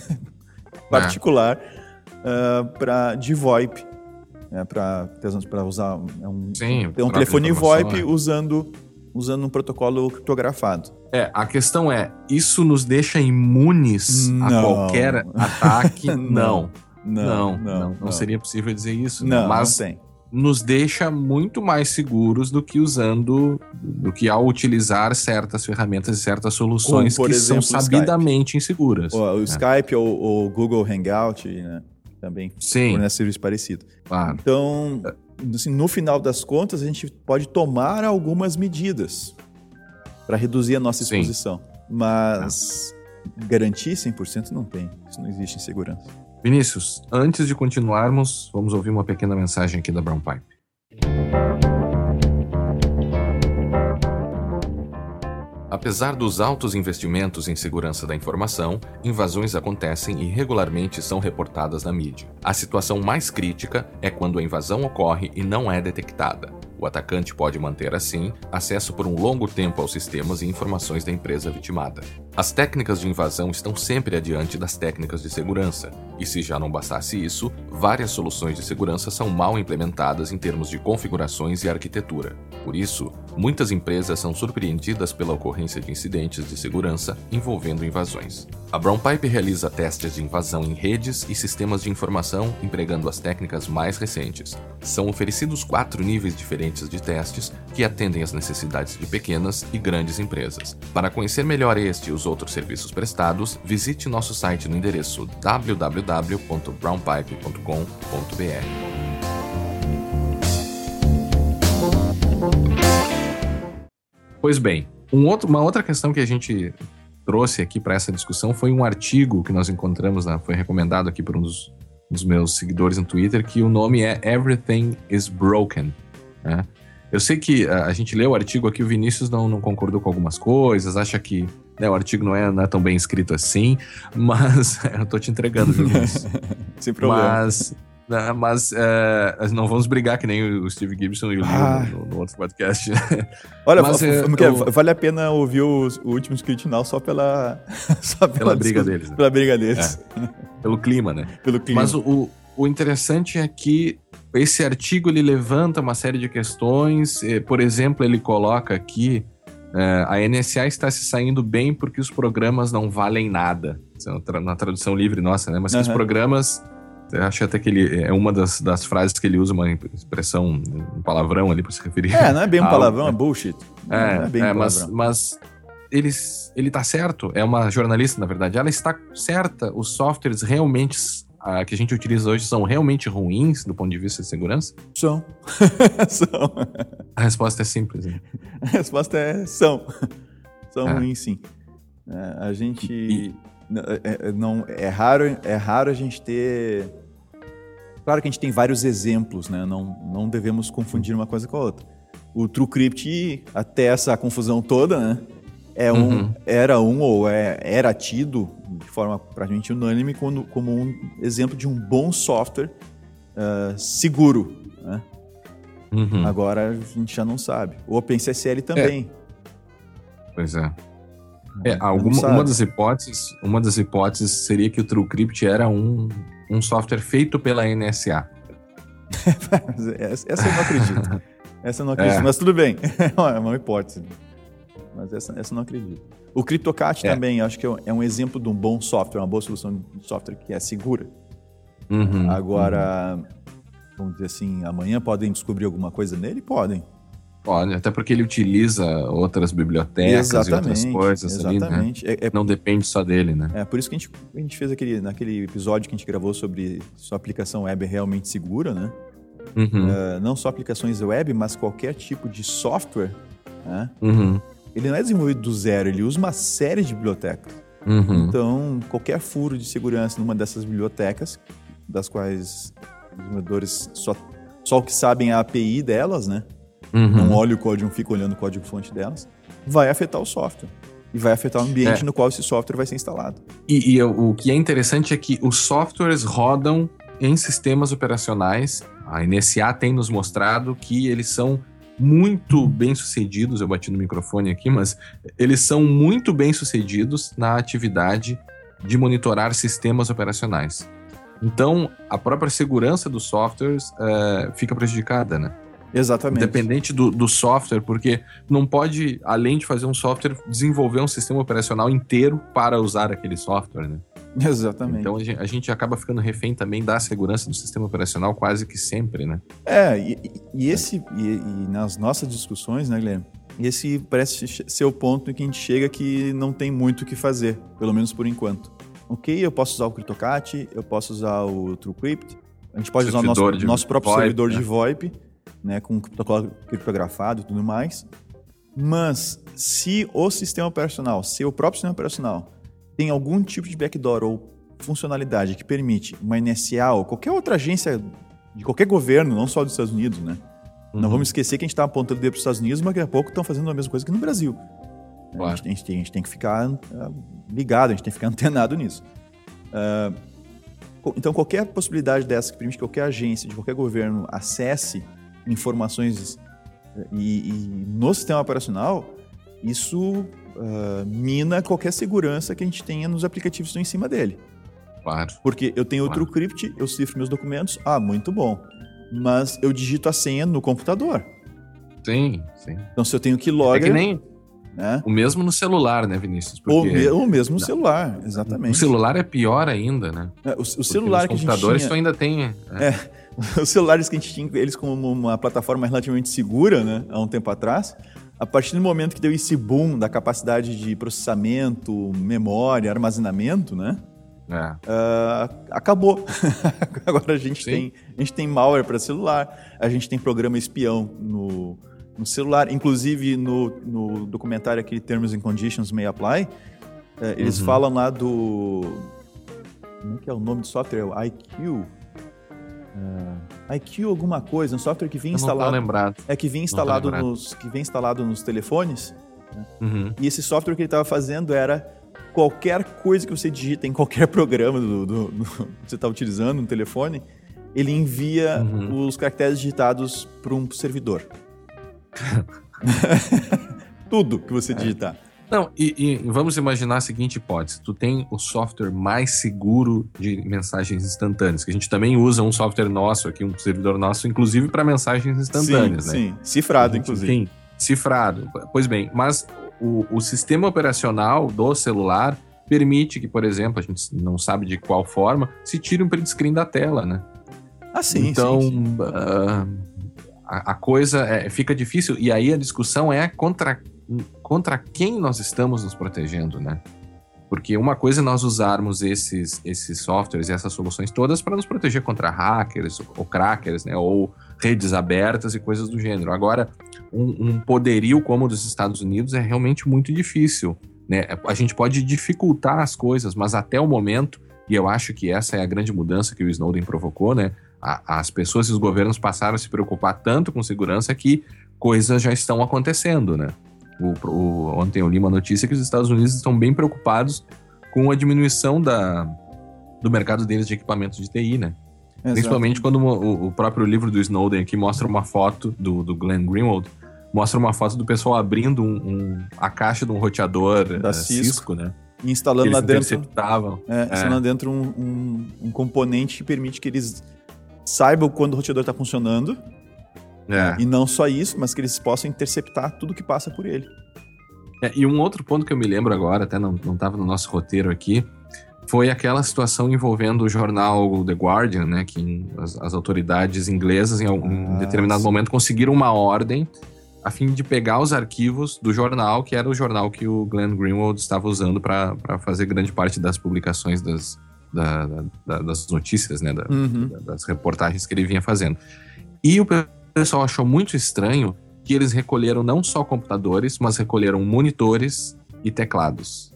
particular, é. uh, para de VoIP, né, para para usar um, Sim, um telefone VoIP é. usando usando um protocolo criptografado. É, a questão é, isso nos deixa imunes não. a qualquer ataque? não. Não. Não, não, não, não, não, não seria possível dizer isso. Não, mas não tem. Nos deixa muito mais seguros do que usando, do que ao utilizar certas ferramentas e certas soluções Como, que exemplo, são sabidamente Skype. inseguras. O, o é. Skype ou o Google Hangout, né, também fornece serviço parecido. Claro. Então, assim, no final das contas, a gente pode tomar algumas medidas para reduzir a nossa exposição. Sim. Mas é. garantir cem por cento não tem. Isso não existe em segurança. Vinícius, antes de continuarmos, vamos ouvir uma pequena mensagem aqui da Brown Pipe. Apesar dos altos investimentos em segurança da informação, invasões acontecem e regularmente são reportadas na mídia. A situação mais crítica é quando a invasão ocorre e não é detectada. O atacante pode manter, assim, acesso por um longo tempo aos sistemas e informações da empresa vitimada. As técnicas de invasão estão sempre adiante das técnicas de segurança, e se já não bastasse isso, várias soluções de segurança são mal implementadas em termos de configurações e arquitetura. Por isso, muitas empresas são surpreendidas pela ocorrência de incidentes de segurança envolvendo invasões. A Brown Pipe realiza testes de invasão em redes e sistemas de informação empregando as técnicas mais recentes. São oferecidos quatro níveis diferentes de testes que atendem às necessidades de pequenas e grandes empresas. Para conhecer melhor este e os outros serviços prestados, visite nosso site no endereço w w w ponto brown pipe ponto com ponto b r. Pois bem, um outro, uma outra questão que a gente trouxe aqui para essa discussão foi um artigo que nós encontramos, né, foi recomendado aqui por um dos, um dos meus seguidores no Twitter, que o nome é Everything is Broken. Né? Eu sei que a, a gente leu o artigo aqui, o Vinícius não, não concordou com algumas coisas, acha que, né, o artigo não é, não é tão bem escrito assim, mas eu tô te entregando, viu, Vinícius? Sem problema. Mas... Mas uh, não vamos brigar que nem o Steve Gibson e o ah. Leo no, no outro podcast. Olha, Mas, v- é, v- eu... vale a pena ouvir o, o último Script Now só pela... só pela, pela briga deles. Né? Pela briga deles. É. Pelo clima, né? Pelo clima. Mas o, o interessante é que esse artigo ele levanta uma série de questões. Por exemplo, ele coloca aqui uh, a N S A está se saindo bem porque os programas não valem nada. Na tradução livre nossa, né? Mas que uhum. os programas... Eu acho até que ele é uma das, das frases que ele usa, uma expressão, um palavrão ali para se referir. É, não é bem um a palavrão, algo, é bullshit. Não é, é bem é um mas, mas ele, ele tá certo, é uma jornalista, na verdade. Ela está certa, os softwares realmente uh, que a gente utiliza hoje são realmente ruins do ponto de vista de segurança? São. São. A resposta é simples. Né? A resposta é são. São é. ruins, sim. É, a gente... E... É, não, é, raro, é raro a gente ter... Claro que a gente tem vários exemplos, né? Não, não devemos confundir uma coisa com a outra. O TrueCrypt, até essa confusão toda, né? É um, uhum. Era um ou é, era tido de forma praticamente unânime como, como um exemplo de um bom software uh, seguro, né? Uhum. Agora a gente já não sabe. O OpenSSL também. É. Pois é. É, alguma, uma, das hipóteses, uma das hipóteses seria que o TrueCrypt era um, um software feito pela N S A. essa, essa eu não acredito. Essa eu não acredito, é. Mas tudo bem. É uma hipótese. Mas essa, essa eu não acredito. O CryptoCat é. também, acho que é um exemplo de um bom software, uma boa solução de software que é segura. Uhum, Agora, uhum. vamos dizer assim, amanhã podem descobrir alguma coisa nele? Podem. Pode, até porque ele utiliza outras bibliotecas exatamente, e outras coisas exatamente. ali, né? É, é, não depende só dele, né? É por isso que a gente, a gente fez aquele, naquele episódio que a gente gravou sobre sua aplicação web é realmente segura, né? Uhum. Uh, não só aplicações web, mas qualquer tipo de software, né? Uhum. Ele não é desenvolvido do zero, ele usa uma série de bibliotecas. Uhum. Então, qualquer furo de segurança numa dessas bibliotecas, das quais os desenvolvedores só, só o que sabem é a A P I delas, né? Uhum. Não olha o código, não fica olhando o código-fonte delas, vai afetar o software. E vai afetar o ambiente é. no qual esse software vai ser instalado. E, e o que é interessante é que os softwares rodam em sistemas operacionais. A N S A tem nos mostrado que eles são muito bem-sucedidos, eu bati no microfone aqui, mas eles são muito bem-sucedidos na atividade de monitorar sistemas operacionais. Então, a própria segurança dos softwares é, fica prejudicada, né? Exatamente. Independente do, do software, porque não pode, além de fazer um software, desenvolver um sistema operacional inteiro para usar aquele software, né? Exatamente. Então a gente, a gente acaba ficando refém também da segurança do sistema operacional quase que sempre, né? É, e, e esse, e, e nas nossas discussões, né, Guilherme? Esse parece ser o ponto em que a gente chega que não tem muito o que fazer, pelo menos por enquanto. Ok, eu posso usar o CryptoCat, eu posso usar o TrueCrypt, a gente pode servidor usar o nosso, nosso próprio VoIP, servidor né? de VoIP, né, com protocolo criptografado e tudo mais. Mas se o sistema operacional, se o próprio sistema operacional tem algum tipo de backdoor ou funcionalidade que permite uma N S A ou qualquer outra agência de qualquer governo, não só dos Estados Unidos, né? Uhum. Não vamos esquecer que a gente está apontando o dedo para os Estados Unidos, mas daqui a pouco estão fazendo a mesma coisa que no Brasil. Claro. A, gente, a, gente tem, a gente tem que ficar uh, ligado, a gente tem que ficar antenado nisso. Uh, então, qualquer possibilidade dessa que permite que qualquer agência de qualquer governo acesse informações e, e no sistema operacional, isso uh, mina qualquer segurança que a gente tenha nos aplicativos que estão em cima dele. Claro. Porque eu tenho o claro. TrueCrypt, eu cifro meus documentos, ah, muito bom. Mas eu digito a senha no computador. Sim, sim. Então, se eu tenho Keylogger... É que nem... Né? O mesmo no celular, né, Vinícius? Porque... O, me, o mesmo no celular, exatamente. O celular é pior ainda, né? É, o, o celular que a gente tinha... Os computadores tu ainda tem... É. É, os celulares que a gente tinha, eles como uma plataforma relativamente segura, né, há um tempo atrás, a partir do momento que deu esse boom da capacidade de processamento, memória, armazenamento, né? É. Uh, acabou. Agora a gente, tem, a gente tem malware para celular, a gente tem programa espião no, no celular. Inclusive, no, no documentário aqui, Terms and Conditions May Apply, é, eles uhum. falam lá do... Como é que é o nome do software? É o I Q? Uh, I Q alguma coisa, um software que vinha instalado... Não tô lembrado. É, que vinha instalado, nos, que vinha instalado nos telefones. Né? Uhum. E esse software que ele estava fazendo era qualquer coisa que você digita em qualquer programa do, do, do, que você está utilizando no telefone, ele envia uhum. os caracteres digitados para um servidor. Tudo que você digitar. Não, e, e vamos imaginar a seguinte hipótese. Tu tem o software mais seguro de mensagens instantâneas, que a gente também usa um software nosso aqui, um servidor nosso, inclusive para mensagens instantâneas, sim, né? Sim, cifrado, inclusive. Sim, cifrado. Pois bem, mas o, o sistema operacional do celular permite que, por exemplo, a gente não sabe de qual forma, se tire um print screen da tela, né? Ah, sim, então, sim, sim. Uh, a, a coisa é, fica difícil, e aí a discussão é contra, contra quem nós estamos nos protegendo, né? Porque uma coisa é nós usarmos esses, esses softwares e essas soluções todas para nos proteger contra hackers ou crackers, né? Ou redes abertas e coisas do gênero. Agora, um, um poderio como o dos Estados Unidos é realmente muito difícil, né? A gente pode dificultar as coisas, mas até o momento, e eu acho que essa é a grande mudança que o Snowden provocou, né? As pessoas e os governos passaram a se preocupar tanto com segurança que coisas já estão acontecendo, né? O, o, ontem eu li uma notícia que os Estados Unidos estão bem preocupados com a diminuição da, do mercado deles de equipamentos de T I, né? Exato. Principalmente quando o, o próprio livro do Snowden aqui mostra uma foto do, do Glenn Greenwald, mostra uma foto do pessoal abrindo um, um, a caixa de um roteador da uh, Cisco, Cisco, né? E instalando lá dentro, interceptavam. É, instalando é. dentro um, um, um componente que permite que eles saibam quando o roteador está funcionando. É. E não só isso, mas que eles possam interceptar tudo que passa por ele. É, e um outro ponto que eu me lembro agora, até não estava no nosso roteiro aqui, foi aquela situação envolvendo o jornal The Guardian, né, que as, as autoridades inglesas em, algum, ah, em determinado sim. momento conseguiram uma ordem a fim de pegar os arquivos do jornal, que era o jornal que o Glenn Greenwald estava usando para fazer grande parte das publicações das, da, da, das notícias, né, da, uhum. das reportagens que ele vinha fazendo. E o pessoal achou muito estranho que eles recolheram não só computadores, mas recolheram monitores e teclados.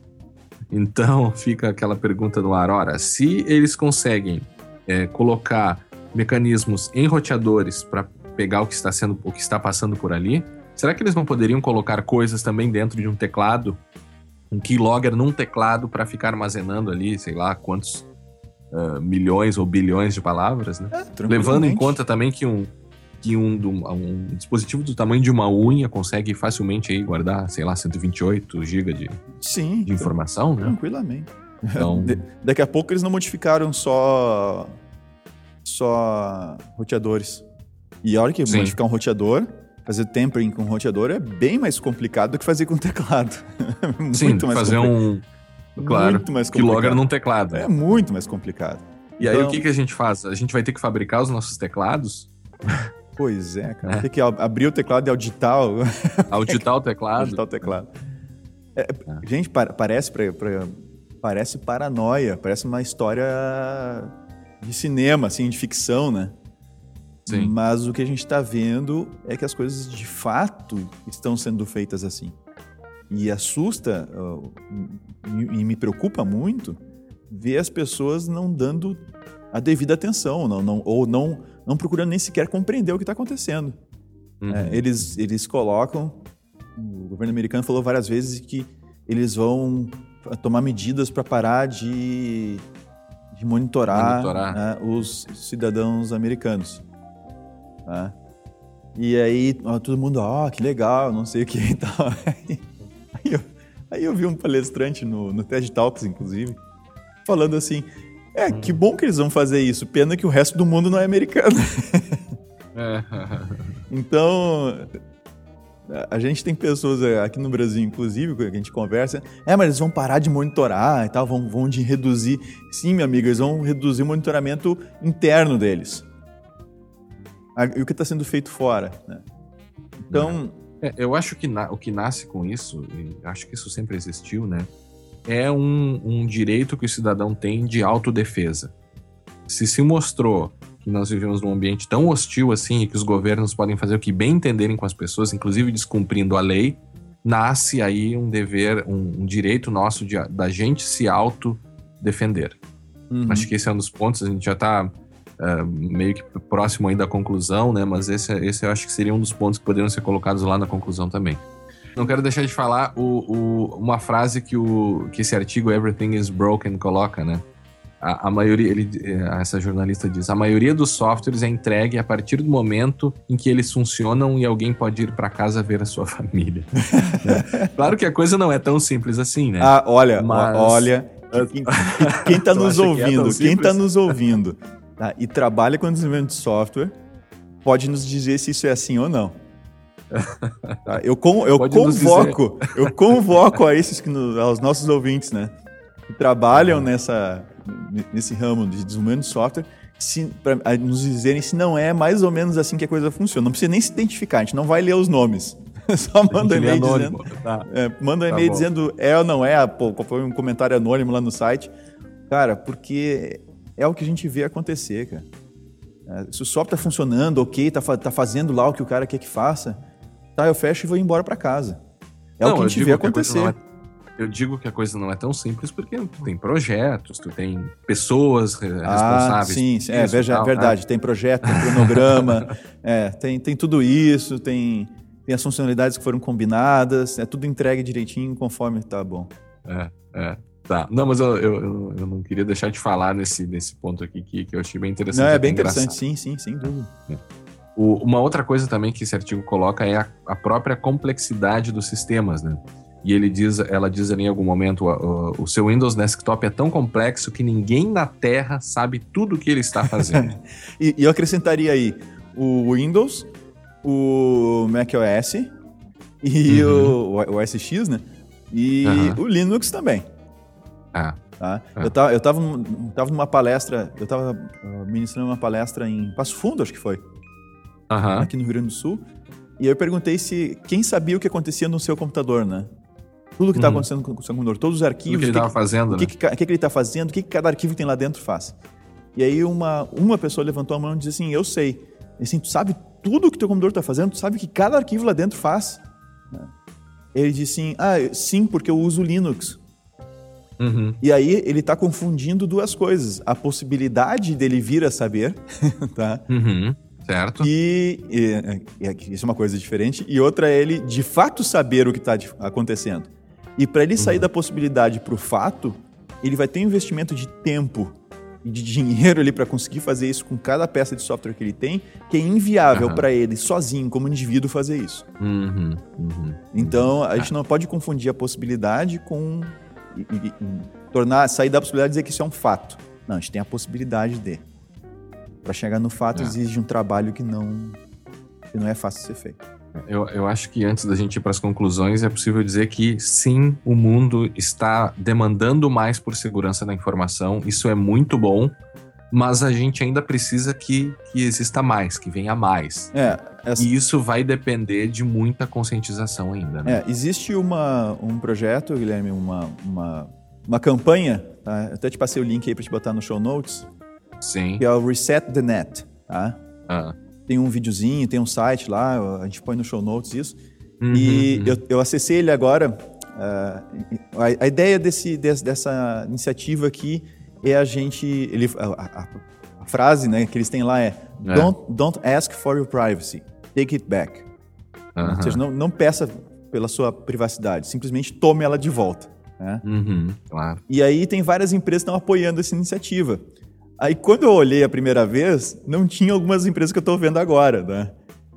Então fica aquela pergunta no ar, ora, se eles conseguem é, colocar mecanismos em roteadores para pegar o que está sendo, o que está passando por ali, será que eles não poderiam colocar coisas também dentro de um teclado, um keylogger num teclado para ficar armazenando ali, sei lá, quantos uh, milhões ou bilhões de palavras, né? É, levando em conta também que um que um, um dispositivo do tamanho de uma unha consegue facilmente aí guardar, sei lá, cento e vinte e oito gigas de, Sim, de informação, né? Tranquilamente. Então... De, daqui a pouco eles não modificaram só só roteadores. E a hora que Sim. modificar um roteador, fazer tempering com um roteador é bem mais complicado do que fazer com teclado. muito Sim, mais fazer complicado. um... Claro, muito mais complicado. Keylogger num teclado. É muito mais complicado. E então... aí o que, que a gente faz? A gente vai ter que fabricar os nossos teclados? Pois é, cara. É. Tem que abrir o teclado e auditar o... Auditar o teclado. Auditar o teclado. É, é. Gente, parece, pra, pra, parece paranoia, parece uma história de cinema, assim, de ficção, né? Sim. Mas o que a gente está vendo é que as coisas de fato estão sendo feitas assim. E assusta uh, e, e me preocupa muito ver as pessoas não dando a devida atenção, não, não, ou não, não procurando nem sequer compreender o que está acontecendo. Uhum. É, eles, eles colocam... O governo americano falou várias vezes que eles vão tomar medidas para parar de, de monitorar, monitorar. Né, os cidadãos americanos. Tá? E aí ó, todo mundo, ó, oh, que legal, não sei o que e tal. Aí eu, aí eu vi um palestrante no, no TED Talks, inclusive, falando assim, é, hum. que bom que eles vão fazer isso, pena que o resto do mundo não é americano. É. Então, a gente tem pessoas aqui no Brasil, inclusive, que a gente conversa, é, mas eles vão parar de monitorar e tal, vão, vão de reduzir. Sim, minha amiga, eles vão reduzir o monitoramento interno deles. E o que está sendo feito fora, né? Então... É, eu acho que na, o que nasce com isso, e acho que isso sempre existiu, né? É um, um direito que o cidadão tem de autodefesa. Se se mostrou que nós vivemos num ambiente tão hostil assim e que os governos podem fazer o que bem entenderem com as pessoas, inclusive descumprindo a lei, nasce aí um dever, um, um direito nosso de, da gente se autodefender. Uhum. Acho que esse é um dos pontos, a gente já está uh, meio que próximo aí da conclusão, né? Mas esse, esse eu acho que seria um dos pontos que poderiam ser colocados lá na conclusão também. Não quero deixar de falar o, o, uma frase que, o, que esse artigo Everything is Broken coloca, né? A, a maioria, ele, essa jornalista diz, a maioria dos softwares é entregue a partir do momento em que eles funcionam e alguém pode ir para casa ver a sua família. Né? Claro que a coisa não é tão simples assim, né? Ah, olha, Mas... olha, quem, quem tá nos ouvindo, é quem tá nos ouvindo tá, e trabalha com desenvolvimento de software, pode nos dizer se isso é assim ou não. Tá, eu con, eu convoco, eu convoco a esses que no, aos nossos ouvintes, né, que trabalham nessa nesse ramo de desenvolvimento de software, para nos dizerem se não é mais ou menos assim que a coisa funciona. Não precisa nem se identificar, a gente não vai ler os nomes. Só manda um e-mail dizendo, tá. é, manda um e-mail tá dizendo é ou não é, pô, foi um comentário anônimo lá no site. Cara, porque é o que a gente vê acontecer, cara. É, se o software tá funcionando, ok, tá, tá fazendo lá o que o cara quer que faça, tá, eu fecho e vou embora para casa. É não, o que a gente vê acontecer. Eu digo que a coisa não é tão simples porque tu tem projetos, tu tem pessoas responsáveis. Ah, sim, sim. É veja, tal, verdade. Né? Tem projeto, tem cronograma, é, tem, tem tudo isso, tem, tem as funcionalidades que foram combinadas, é tudo entregue direitinho conforme tá bom. É, é. Tá. Não, mas eu, eu, eu não queria deixar de falar nesse, nesse ponto aqui que, que eu achei bem interessante. Não, é bem interessante, sim, sim, sem dúvida. É. O, uma outra coisa também que esse artigo coloca é a, a própria complexidade dos sistemas, né? E ele diz, ela diz ali em algum momento, o, o seu Windows Desktop é tão complexo que ninguém na Terra sabe tudo o que ele está fazendo. e, e eu acrescentaria aí o Windows, o macOS e uhum. o, o O S X, né? E uhum. o Linux também. Ah. Tá? Ah. Eu tava, eu tava, tava numa palestra, eu tava uh, ministrando uma palestra em Passo Fundo, acho que foi, uhum. aqui no Rio Grande do Sul. E aí eu perguntei se quem sabia o que acontecia no seu computador, né? Tudo que está uhum. acontecendo com o seu computador, todos os arquivos. O que ele estava fazendo, o que, né? O que, que, que ele está fazendo, o que, que cada arquivo que tem lá dentro faz. E aí uma, uma pessoa levantou a mão e disse assim, eu sei. E assim, tu sabe tudo o que teu computador está fazendo? Tu sabe o que cada arquivo lá dentro faz? Ele disse assim, ah, sim, porque eu uso Linux. Uhum. E aí ele está confundindo duas coisas. A possibilidade dele vir a saber, tá? Uhum. Certo. E, e, e isso é uma coisa diferente. E outra é ele, de fato, saber o que está acontecendo. E para ele sair uhum. da possibilidade para o fato, ele vai ter um investimento de tempo e de dinheiro ali para conseguir fazer isso com cada peça de software que ele tem, que é inviável uhum. para ele, sozinho, como indivíduo, fazer isso. Uhum. Uhum. Então, a gente não pode confundir a possibilidade com... E, e, e tornar, sair da possibilidade de dizer que isso é um fato. Não, a gente tem a possibilidade de... Para chegar no fato, é. exige um trabalho que não, que não é fácil de ser feito. Eu, eu acho que antes da gente ir para as conclusões, é possível dizer que sim, o mundo está demandando mais por segurança da informação. Isso é muito bom, mas a gente ainda precisa que, que exista mais, que venha mais. É, essa... E isso vai depender de muita conscientização ainda. Né? É, existe uma, um projeto, Guilherme, uma, uma, uma campanha, tá? Eu até te passei o link aí para te botar no show notes. Sim. Que é o Reset the Net, tá? Ah. Tem um videozinho, tem um site lá, a gente põe no show notes isso. Uhum, e uhum. Eu, eu acessei ele agora. Uh, a, a ideia desse, desse, dessa iniciativa aqui é a gente... Ele, a, a, a frase, né, que eles têm lá é, é. Don't, don't ask for your privacy, take it back. Uhum. Ou seja, não, não peça pela sua privacidade, simplesmente tome ela de volta. Né? Uhum, claro. E aí tem várias empresas que estão apoiando essa iniciativa. Aí, quando eu olhei a primeira vez, não tinha algumas empresas que eu estou vendo agora, né?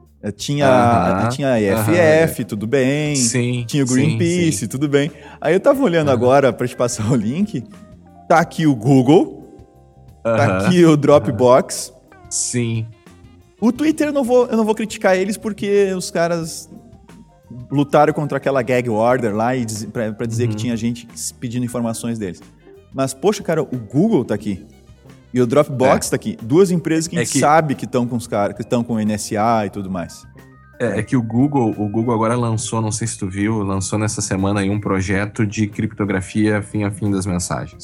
Tinha, uh-huh, tinha a E F F, uh-huh. tudo bem. Sim, tinha o Greenpeace, sim, sim. tudo bem. Aí eu tava olhando uh-huh. agora, para te passar o link, tá aqui o Google, uh-huh. tá aqui o Dropbox. Uh-huh. Sim. O Twitter, eu não, vou, eu não vou criticar eles, porque os caras lutaram contra aquela gag order lá e diz, pra, pra dizer uh-huh. que tinha gente pedindo informações deles. Mas, poxa, cara, o Google tá aqui. E o Dropbox está é. aqui. Duas empresas que a gente é que... sabe que estão com os caras, que estão com o N S A e tudo mais. É, é que o Google, o Google agora lançou, não sei se tu viu, lançou nessa semana aí um projeto de criptografia fim a fim das mensagens.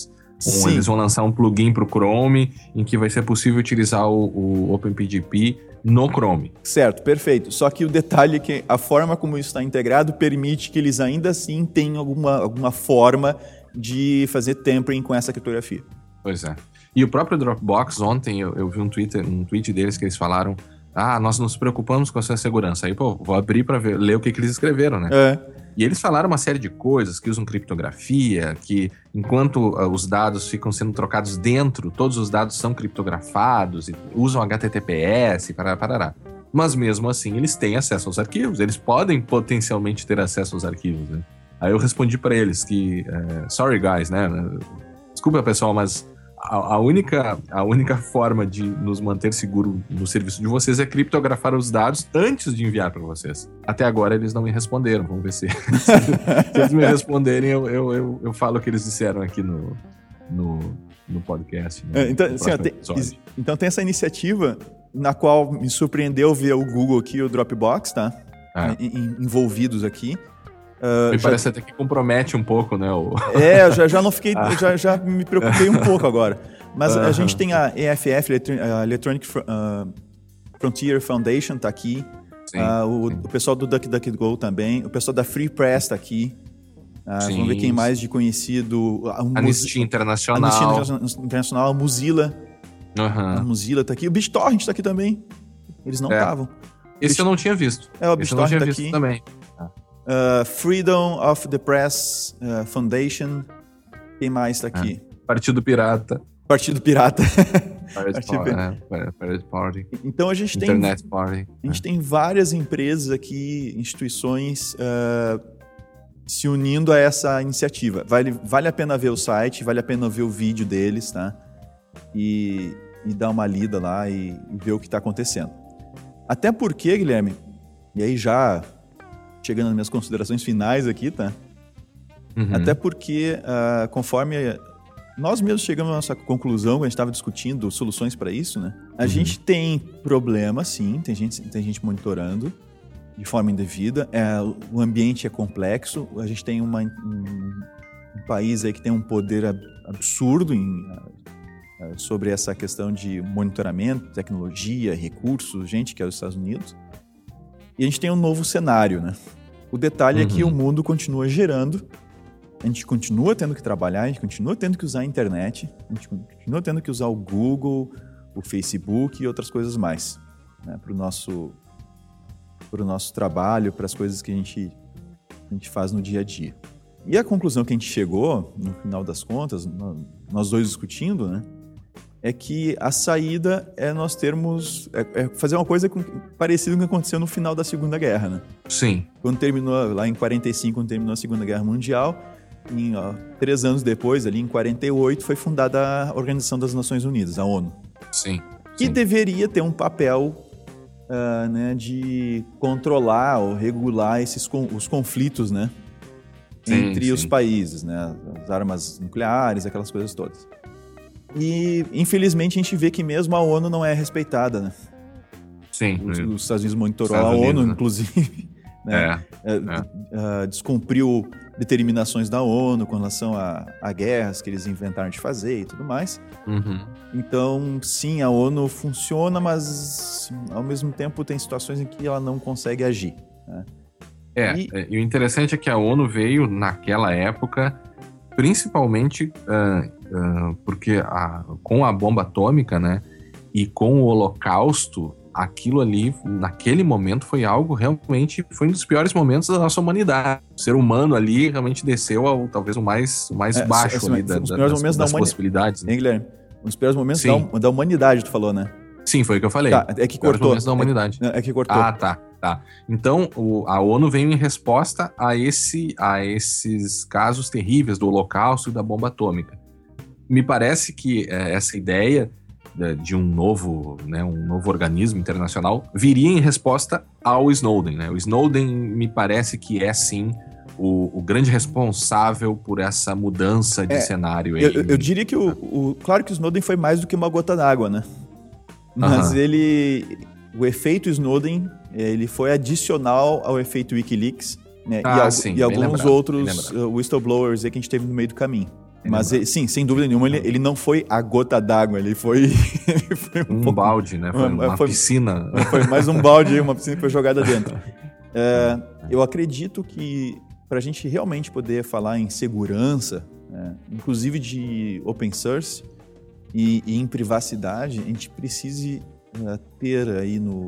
Um, eles vão lançar um plugin para o Chrome em que vai ser possível utilizar o, o OpenPGP no Chrome. Certo, perfeito. Só que o detalhe é que a forma como isso está integrado permite que eles ainda assim tenham alguma, alguma forma de fazer tampering com essa criptografia. Pois é. E o próprio Dropbox, ontem eu, eu vi um, Twitter, um tweet deles que eles falaram: ah, nós nos preocupamos com a sua segurança. Aí, pô, vou abrir para ver, ler o que, que eles escreveram, né? É. E eles falaram uma série de coisas, que usam criptografia, que enquanto uh, os dados ficam sendo trocados dentro, todos os dados são criptografados, e usam H T T P S, parará, parará. Mas mesmo assim, eles têm acesso aos arquivos, eles podem potencialmente ter acesso aos arquivos, né? Aí eu respondi para eles que, uh, sorry guys, né? Desculpa, pessoal, mas a, a, única, a única forma de nos manter seguro no serviço de vocês é criptografar os dados antes de enviar para vocês. Até agora eles não me responderam, vamos ver se, se, se eles me responderem, eu, eu, eu, eu falo o que eles disseram aqui no, no, no podcast. No, é, então, no assim, ó, tem, então tem essa iniciativa na qual me surpreendeu ver o Google aqui e o Dropbox, tá? É. Envolvidos aqui. Uh, me já... parece até que compromete um pouco, né? O... É, eu já, já não fiquei, ah. já, já me preocupei um pouco agora. Mas uh-huh. a gente tem a E F F, a Electronic uh, Frontier Foundation tá aqui, sim, uh, o, sim. o pessoal do DuckDuckGo também, o pessoal da Free Press tá aqui, uh, vamos ver quem mais de conhecido. A Anistia Internacional. Anistia Internacional, a Mozilla, uh-huh. a Mozilla tá aqui, o BitTorrent tá aqui também, eles não estavam. É. Esse Bit... eu não tinha visto. É, o BitTorrent tá aqui. Também. Uh, Freedom of the Press uh, Foundation. Quem mais tá aqui? É. Partido Pirata. Partido Pirata. Partido Pirate Party. Então a gente Internet tem. Party. A gente é. tem várias empresas aqui, instituições uh, se unindo a essa iniciativa. Vale, vale a pena ver o site, vale a pena ver o vídeo deles, tá? E, e dar uma lida lá e, e ver o que está acontecendo. Até porque, Guilherme, e aí já chegando nas minhas considerações finais aqui, tá? Uhum. Até porque, uh, conforme nós mesmos chegamos à nossa conclusão, quando a gente estava discutindo soluções para isso, né? A uhum. gente tem problema, sim, tem gente, tem gente monitorando de forma indevida, é, o ambiente é complexo, a gente tem uma, um, um país aí que tem um poder absurdo em, uh, sobre essa questão de monitoramento, tecnologia, recursos, gente que é os Estados Unidos. E a gente tem um novo cenário, né? O detalhe uhum. é que o mundo continua gerando, a gente continua tendo que trabalhar, a gente continua tendo que usar a internet, a gente continua tendo que usar o Google, o Facebook e outras coisas mais, né? Para o nosso, pro nosso trabalho, para as coisas que a gente, a gente faz no dia a dia. E a conclusão que a gente chegou, no final das contas, nós dois discutindo, né? É que a saída é nós termos... É, é fazer uma coisa com, parecida com o que aconteceu no final da Segunda Guerra, né? Sim. Quando terminou, lá em quarenta e cinco, quando terminou a Segunda Guerra Mundial, em, ó, três anos depois, ali em quarenta e oito, foi fundada a Organização das Nações Unidas, a ONU. Sim. Que sim. deveria ter um papel uh, né, de controlar ou regular esses, os conflitos, né? Sim, entre sim. os países, né? As armas nucleares, aquelas coisas todas. E, infelizmente, a gente vê que mesmo a ONU não é respeitada, né? Sim. Os, os Estados Unidos monitoraram a ONU, Unidos, né? Inclusive, né? É, é. Uh, descumpriu determinações da ONU com relação a, a guerras que eles inventaram de fazer e tudo mais. Uhum. Então, sim, a ONU funciona, mas, ao mesmo tempo, tem situações em que ela não consegue agir, né? É, e... e o interessante é que a ONU veio, naquela época, principalmente... Uh, Uh, porque a, com a bomba atômica, né, e com o Holocausto, aquilo ali, naquele momento, foi algo realmente, foi um dos piores momentos da nossa humanidade. O ser humano ali realmente desceu ao, talvez, o mais, o mais é, baixo assim, ali da, da, das, das da possibilidades. Hein, Guilherme? Um dos piores momentos da, da humanidade, tu falou, né? Sim, foi o que eu falei. Tá, é que cortou. Momentos da humanidade. É, é que cortou. Ah, tá. Tá. Então, o, a ONU veio em resposta a, esse, a esses casos terríveis do Holocausto e da bomba atômica. Me parece que é, essa ideia de, de um novo, né, um novo organismo internacional viria em resposta ao Snowden, né? O Snowden me parece que é, sim, o, o grande responsável por essa mudança de é, cenário. Aí. Eu, eu diria que o, o... Claro que o Snowden foi mais do que uma gota d'água, né? Mas uh-huh. ele... O efeito Snowden, ele foi adicional ao efeito Wikileaks, né? Ah, e, sim, e alguns lembrado, outros uh, whistleblowers aí que a gente teve no meio do caminho. Mas ele, sim, sem dúvida nenhuma, ele, ele não foi a gota d'água, ele foi, ele foi um, um pouco, balde, né? Foi uma, uma foi, piscina. Foi mais um balde, uma piscina que foi jogada dentro. É, eu acredito que para a gente realmente poder falar em segurança, é, inclusive de open source e, e em privacidade, a gente precise é, ter aí no...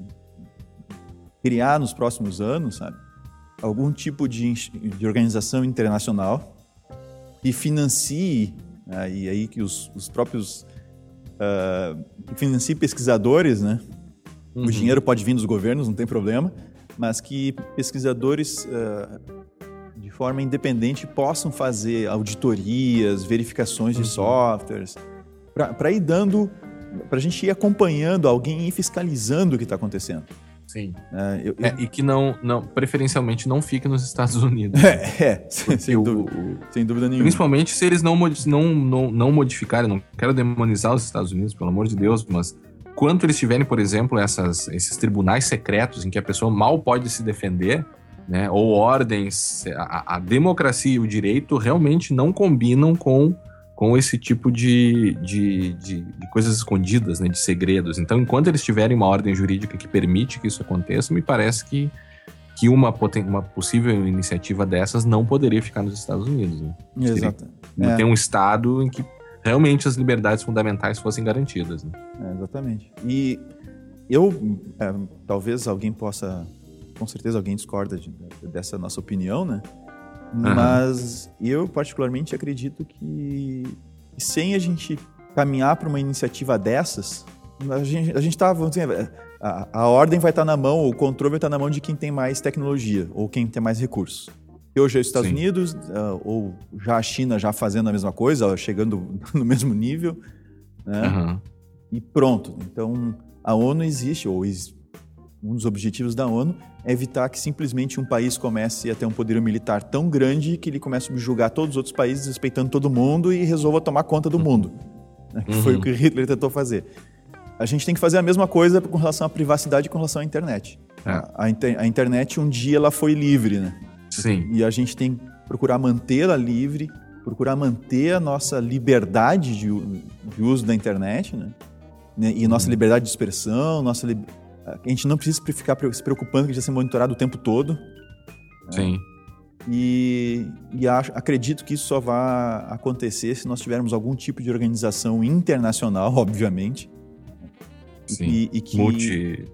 criar nos próximos anos, sabe, algum tipo de, de organização internacional que financie, né, e aí que os, os próprios uh, que financie pesquisadores, né? Uhum. O dinheiro pode vir dos governos, não tem problema, mas que pesquisadores uh, de forma independente possam fazer auditorias, verificações uhum. de softwares, para ir dando, para a gente ir acompanhando alguém e fiscalizando o que está acontecendo. Sim. É, eu, eu... É, e que não, não, preferencialmente não fique nos Estados Unidos. É, é sem, dúvida, o, sem dúvida nenhuma. Principalmente se eles não, não, não, não modificarem, não quero demonizar os Estados Unidos, pelo amor de Deus, mas quanto eles tiverem, por exemplo, essas, esses tribunais secretos em que a pessoa mal pode se defender, né, ou ordens, a, a democracia e o direito realmente não combinam com... com esse tipo de, de, de, de coisas escondidas, né, de segredos. Então, enquanto eles tiverem uma ordem jurídica que permite que isso aconteça, me parece que, que uma, poten- uma possível iniciativa dessas não poderia ficar nos Estados Unidos. Né? Exato. É. Ter um Estado em que realmente as liberdades fundamentais fossem garantidas. Né? É, exatamente. E eu, é, talvez alguém possa, com certeza alguém discorda de, dessa nossa opinião, né? Mas uhum. eu particularmente acredito que sem a gente caminhar para uma iniciativa dessas, a gente, a gente tá, vamos dizer, a, a ordem vai estar na mão, o controle vai estar na mão de quem tem mais tecnologia ou quem tem mais recursos. Hoje é os Estados Sim. Unidos, uh, ou já a China já fazendo a mesma coisa, chegando no mesmo nível, né? Uhum. E pronto. Então, a ONU existe, ou existe. Um dos objetivos da ONU é evitar que simplesmente um país comece a ter um poder militar tão grande que ele comece a subjugar todos os outros países, respeitando todo mundo e resolva tomar conta do mundo. Né? Que uhum. foi o que Hitler tentou fazer. A gente tem que fazer a mesma coisa com relação à privacidade e com relação à internet. É. A, inter- a internet, um dia, ela foi livre, né? Sim. E a gente tem que procurar mantê-la livre, procurar manter a nossa liberdade de, de uso da internet, né? E nossa uhum. liberdade de expressão, nossa liberdade. A gente não precisa ficar se preocupando que a gente vai ser monitorado o tempo todo. Sim. Né? E, e acho, acredito que isso só vai acontecer se nós tivermos algum tipo de organização internacional, obviamente. Sim. E, e que... Multi...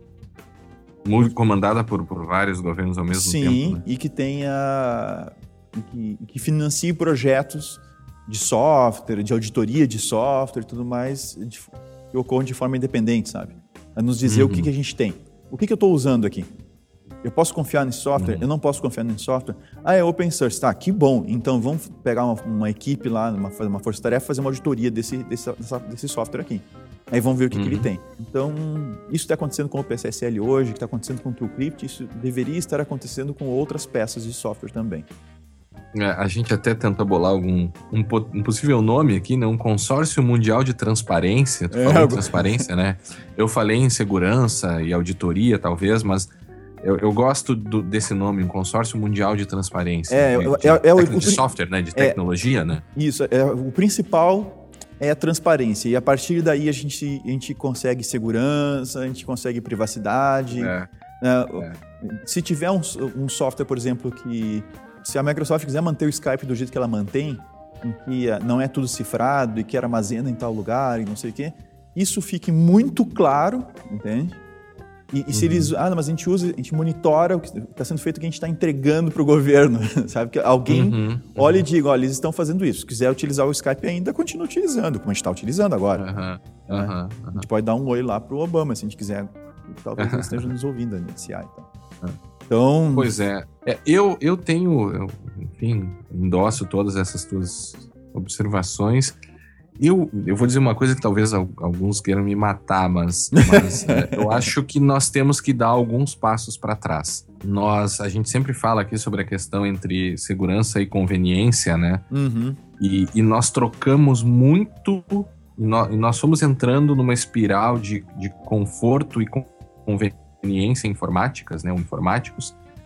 Multi comandada por, por vários governos ao mesmo Sim, tempo. Sim, né? E que tenha... E que, que financie projetos de software, de auditoria de software e tudo mais, de, que ocorram de forma independente, sabe? A nos dizer uhum. o que, que a gente tem. O que, que eu estou usando aqui? Eu posso confiar nesse software? Uhum. Eu não posso confiar nesse software? Ah, é open source. Tá, que bom. Então vamos pegar uma, uma equipe lá, uma, uma força-tarefa, fazer uma auditoria desse, desse, desse software aqui. Aí vamos ver o que, uhum. que ele tem. Então, isso está acontecendo com o O P S S L hoje, que está acontecendo com o TrueCrypt, isso deveria estar acontecendo com outras peças de software também. É, a gente até tenta bolar algum, um, um possível nome aqui, né? Um consórcio mundial de transparência. Tu é, falou em transparência, né? Eu falei em segurança e auditoria, talvez, mas eu, eu gosto do, desse nome, um consórcio mundial de transparência. É, de, é, de, é, é, de, de o, software, né? De tecnologia, é, né? Isso, é, o principal é a transparência. E a partir daí a gente, a gente consegue segurança, a gente consegue privacidade. É, né? É. Se tiver um, um software, por exemplo, que... Se a Microsoft quiser manter o Skype do jeito que ela mantém, em que não é tudo cifrado e que armazena em tal lugar e não sei o quê, isso fique muito claro, entende? E, e uhum. se eles... Ah, mas a gente usa, a gente monitora o que está sendo feito, o que a gente está entregando para o governo, sabe? Que alguém uhum, uhum. olha e diga, olha, eles estão fazendo isso. Se quiser utilizar o Skype ainda, continua utilizando, como a gente está utilizando agora. Uhum, né? uhum, uhum. A gente pode dar um oi lá para o Obama, se a gente quiser. Talvez eles estejam nos ouvindo, a N S A e tal. Uhum. Então... Pois é. é eu, eu tenho, eu, enfim, endosso todas essas tuas observações. Eu, eu vou dizer uma coisa que talvez alguns queiram me matar, mas, mas é, eu acho que nós temos que dar alguns passos para trás. Nós, a gente sempre fala aqui sobre a questão entre segurança e conveniência, né? Uhum. E, e nós trocamos muito, e nós, e nós fomos entrando numa espiral de, de conforto e conveniência informáticas, né, ou informáticos,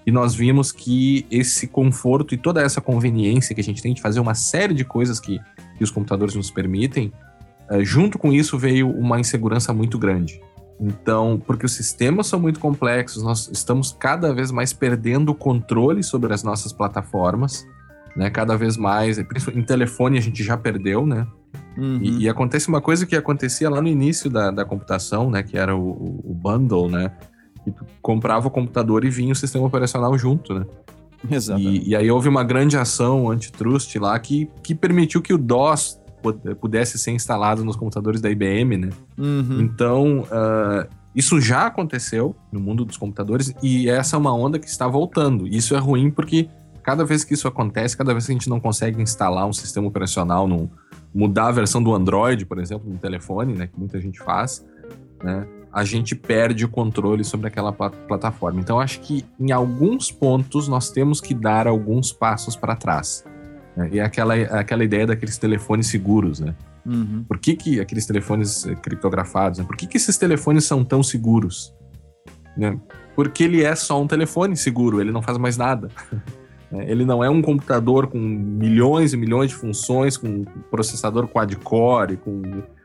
E nós vimos que esse conforto e toda essa conveniência que a gente tem de fazer uma série de coisas que, que os computadores nos permitem, uh, junto com isso veio uma insegurança muito grande. Então, porque os sistemas são muito complexos, nós estamos cada vez mais perdendo o controle sobre as nossas plataformas, né? Cada vez mais, em telefone a gente já perdeu, né? Uhum. E, e acontece uma coisa que acontecia lá no início da, da computação, né? Que era o, o, o bundle, né? Que tu comprava o computador e vinha o sistema operacional junto, né? Exato. E, e aí houve uma grande ação antitrust lá que, que permitiu que o DOS pudesse ser instalado nos computadores da I B M, né? Uhum. Então, uh, isso já aconteceu no mundo dos computadores e essa é uma onda que está voltando. Isso é ruim porque cada vez que isso acontece, cada vez que a gente não consegue instalar um sistema operacional, num, mudar a versão do Android, por exemplo, no telefone, né? Que muita gente faz, né? A gente perde o controle sobre aquela plataforma. Então, acho que em alguns pontos nós temos que dar alguns passos para trás. Né? E é aquela, aquela ideia daqueles telefones seguros, né? Uhum. Por que, que aqueles telefones criptografados, né? Por que, que esses telefones são tão seguros? Né? Porque ele é só um telefone seguro, ele não faz mais nada. Ele não é um computador com milhões e milhões de funções, com processador quad-core, com...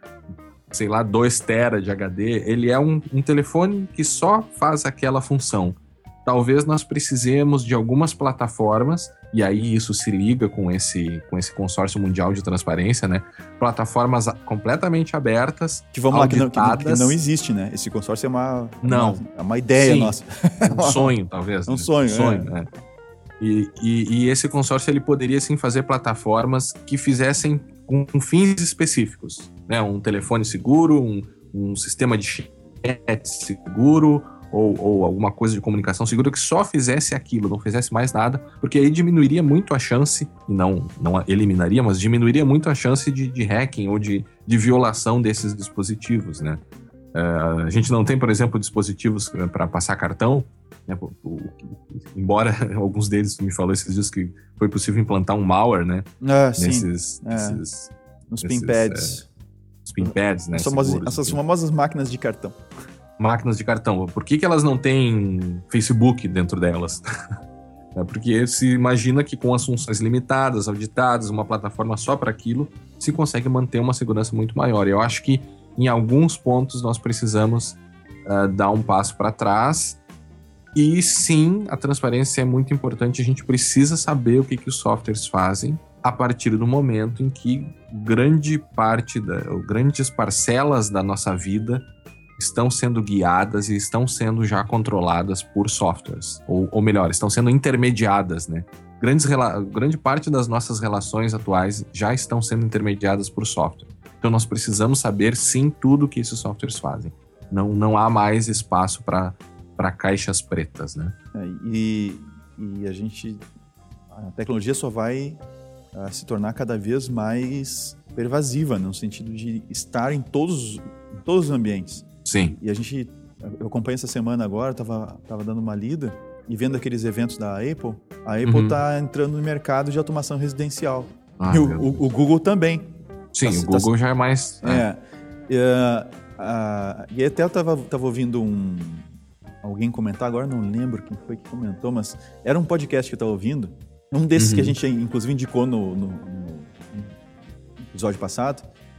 sei lá, dois tera de H D, ele é um, um telefone que só faz aquela função. Talvez nós precisemos de algumas plataformas, e aí isso se liga com esse, com esse consórcio mundial de transparência, né? Plataformas completamente abertas, que vamos lá, que não, que, que não existe, né? Esse consórcio é uma, não. uma, é uma ideia Sim, nossa. Um sonho, talvez. É um né? sonho, um sonho, é. né? E, e, e esse consórcio ele poderia sim fazer plataformas que fizessem com, com fins específicos, né? Um telefone seguro, um, um sistema de chat seguro ou, ou alguma coisa de comunicação segura que só fizesse aquilo, não fizesse mais nada, porque aí diminuiria muito a chance, e não, não eliminaria, mas diminuiria muito a chance de, de hacking ou de, de violação desses dispositivos, né? Uh, a gente não tem, por exemplo, dispositivos para passar cartão, né? o, o, embora alguns deles, tu me falou esses dias que foi possível implantar um malware, né? Ah, sim. Nesses, é. nesses, Nos nesses, pinpads. É, os pinpads, né? Famosas, seguros, essas assim. famosas máquinas de cartão. Máquinas de cartão. Por que, que elas não têm Facebook dentro delas? É porque se imagina que com as funções limitadas, auditadas, uma plataforma só para aquilo, se consegue manter uma segurança muito maior. Eu acho que em alguns pontos nós precisamos uh, dar um passo para trás. E sim, a transparência é muito importante. A gente precisa saber o que, que os softwares fazem a partir do momento em que grande parte, da, ou grandes parcelas da nossa vida estão sendo guiadas e estão sendo já controladas por softwares. Ou, ou melhor, estão sendo intermediadas, né? Grandes, grande parte das nossas relações atuais já estão sendo intermediadas por software. Então nós precisamos saber, sim, tudo o que esses softwares fazem. Não, não há mais espaço para para caixas pretas, né? É, e, e a gente... A tecnologia só vai uh, se tornar cada vez mais pervasiva, no sentido de estar em todos, em todos os ambientes. Sim. E a gente... Eu acompanho essa semana agora, estava tava dando uma lida e vendo aqueles eventos da Apple. A Apple está uhum. entrando no mercado de automação residencial. Ah, e o, o, o Google também. Sim, tá, o Google tá, já é mais... É. é. Uh, uh, e até eu estava tava ouvindo um... Alguém comentar, agora não lembro quem foi que comentou, mas era um podcast que eu estava ouvindo, um desses uhum. que a gente inclusive indicou no, no, no episódio passado,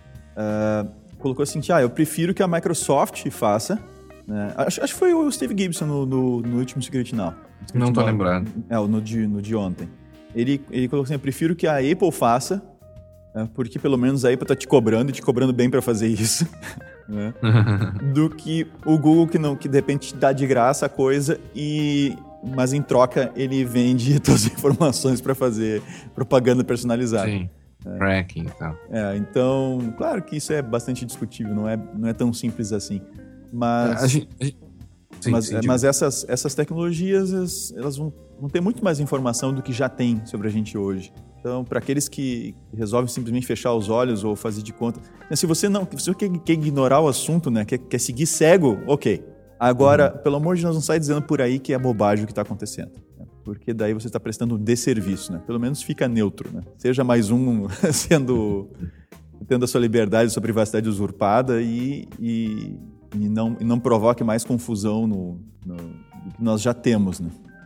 uh, colocou assim, ah, eu prefiro que a Microsoft faça, né? acho, acho que foi o Steve Gibson no, no, no último Security Now. Security não estou Now, lembrando. É, no de, no de ontem. Ele, ele colocou assim, eu prefiro que a Apple faça, né, porque pelo menos a Apple está te cobrando e te cobrando bem para fazer isso. Né? Do que o Google que, não, que de repente dá de graça a coisa, e, mas em troca ele vende todas as informações para fazer propaganda personalizada. Sim, é. Tracking e tal. É, então, claro que isso é bastante discutível, não é, não é tão simples assim. Mas, a gente, a gente... Sim, mas, sim, mas essas, essas tecnologias elas vão, vão ter muito mais informação do que já tem sobre a gente hoje. Então, para aqueles que resolvem simplesmente fechar os olhos ou fazer de conta... Se você não se você quer, quer ignorar o assunto, né, quer, quer seguir cego, ok. Agora, uhum. pelo amor de Deus, não sai dizendo por aí que é bobagem o que está acontecendo. Né? Porque daí você está prestando um desserviço. Né? Pelo menos fica neutro. Né? Seja mais um sendo, tendo a sua liberdade, a sua privacidade usurpada e, e, e, não, e não provoque mais confusão no, no, no que nós já temos. Né?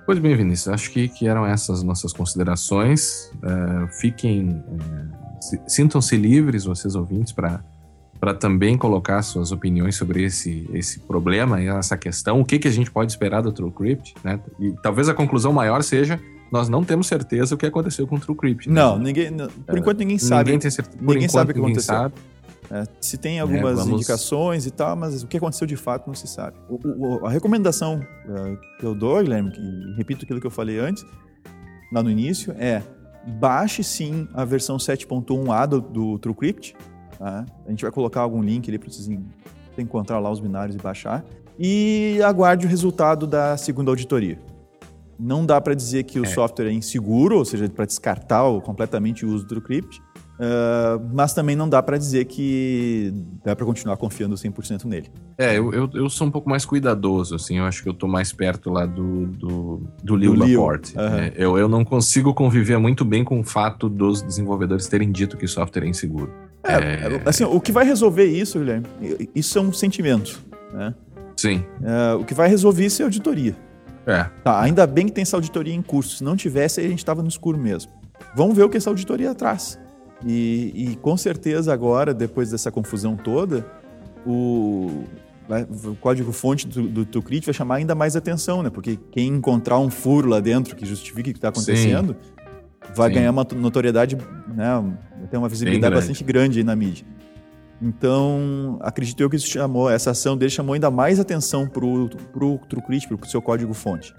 Pois bem, Vinícius, acho que, que eram essas nossas considerações. Uh, fiquem, uh, se, sintam-se livres, vocês ouvintes, para para também colocar suas opiniões sobre esse, esse problema e essa questão. O que, que a gente pode esperar do TrueCrypt, né? E talvez a conclusão maior seja, nós não temos certeza o que aconteceu com o TrueCrypt. Né? Não, ninguém, por é, enquanto ninguém sabe. Ninguém tem certeza. Por ninguém enquanto, sabe o que ninguém aconteceu. Sabe. É, se tem algumas é, vamos... indicações e tal, mas o que aconteceu de fato não se sabe. O, o, a recomendação uh, que eu dou, Guilherme, e repito aquilo que eu falei antes, lá no início, é baixe sim a versão sete ponto um A do, do TrueCrypt. Tá? A gente vai colocar algum link ali para vocês encontrar lá os binários e baixar. E aguarde o resultado da segunda auditoria. Não dá para dizer que o é. software é inseguro, ou seja, para descartar completamente o uso do TrueCrypt, uh, mas também não dá para dizer que dá para continuar confiando cem por cento nele. É, eu, eu, eu sou um pouco mais cuidadoso, assim, eu acho que eu estou mais perto lá do, do, do Leo Laporte. Uhum. É, eu, eu não consigo conviver muito bem com o fato dos desenvolvedores terem dito que o software é inseguro. É, é... assim, o que vai resolver isso, Guilherme, isso é um sentimento, né? Sim. É, o que vai resolver isso é a auditoria. É. Tá, ainda bem que tem essa auditoria em curso. Se não tivesse, aí a gente estava no escuro mesmo. Vamos ver o que essa auditoria traz. E, e com certeza agora, depois dessa confusão toda, o, o código-fonte do, do TrueCrypt vai chamar ainda mais atenção, né? Porque quem encontrar um furo lá dentro que justifique o que está acontecendo, Sim. vai Sim. ganhar uma notoriedade, né? Vai ter uma visibilidade grande. bastante grande aí na mídia. Então, acredito eu que isso chamou, essa ação dele chamou ainda mais atenção para o TrueCrypt, para o seu código-fonte.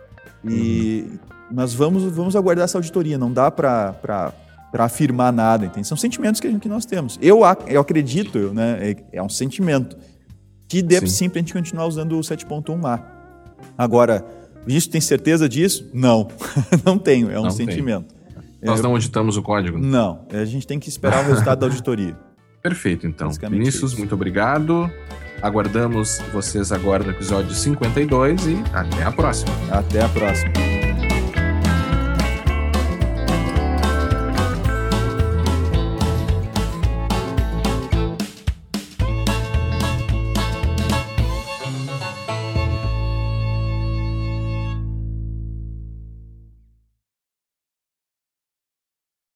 E uhum. nós vamos, vamos aguardar essa auditoria, não dá para afirmar nada, entende? São sentimentos que, que nós temos. Eu, eu acredito, né, é, é um sentimento, que deve sim para a gente continuar usando o sete ponto um A. Agora, isso tem certeza disso? Não, não tenho, é um não sentimento. Tem. Nós é, não auditamos o código? Não, a gente tem que esperar o resultado da auditoria. Perfeito, então. Vinícius, muito obrigado. Aguardamos vocês agora no episódio cinquenta e dois e até a próxima. Até a próxima.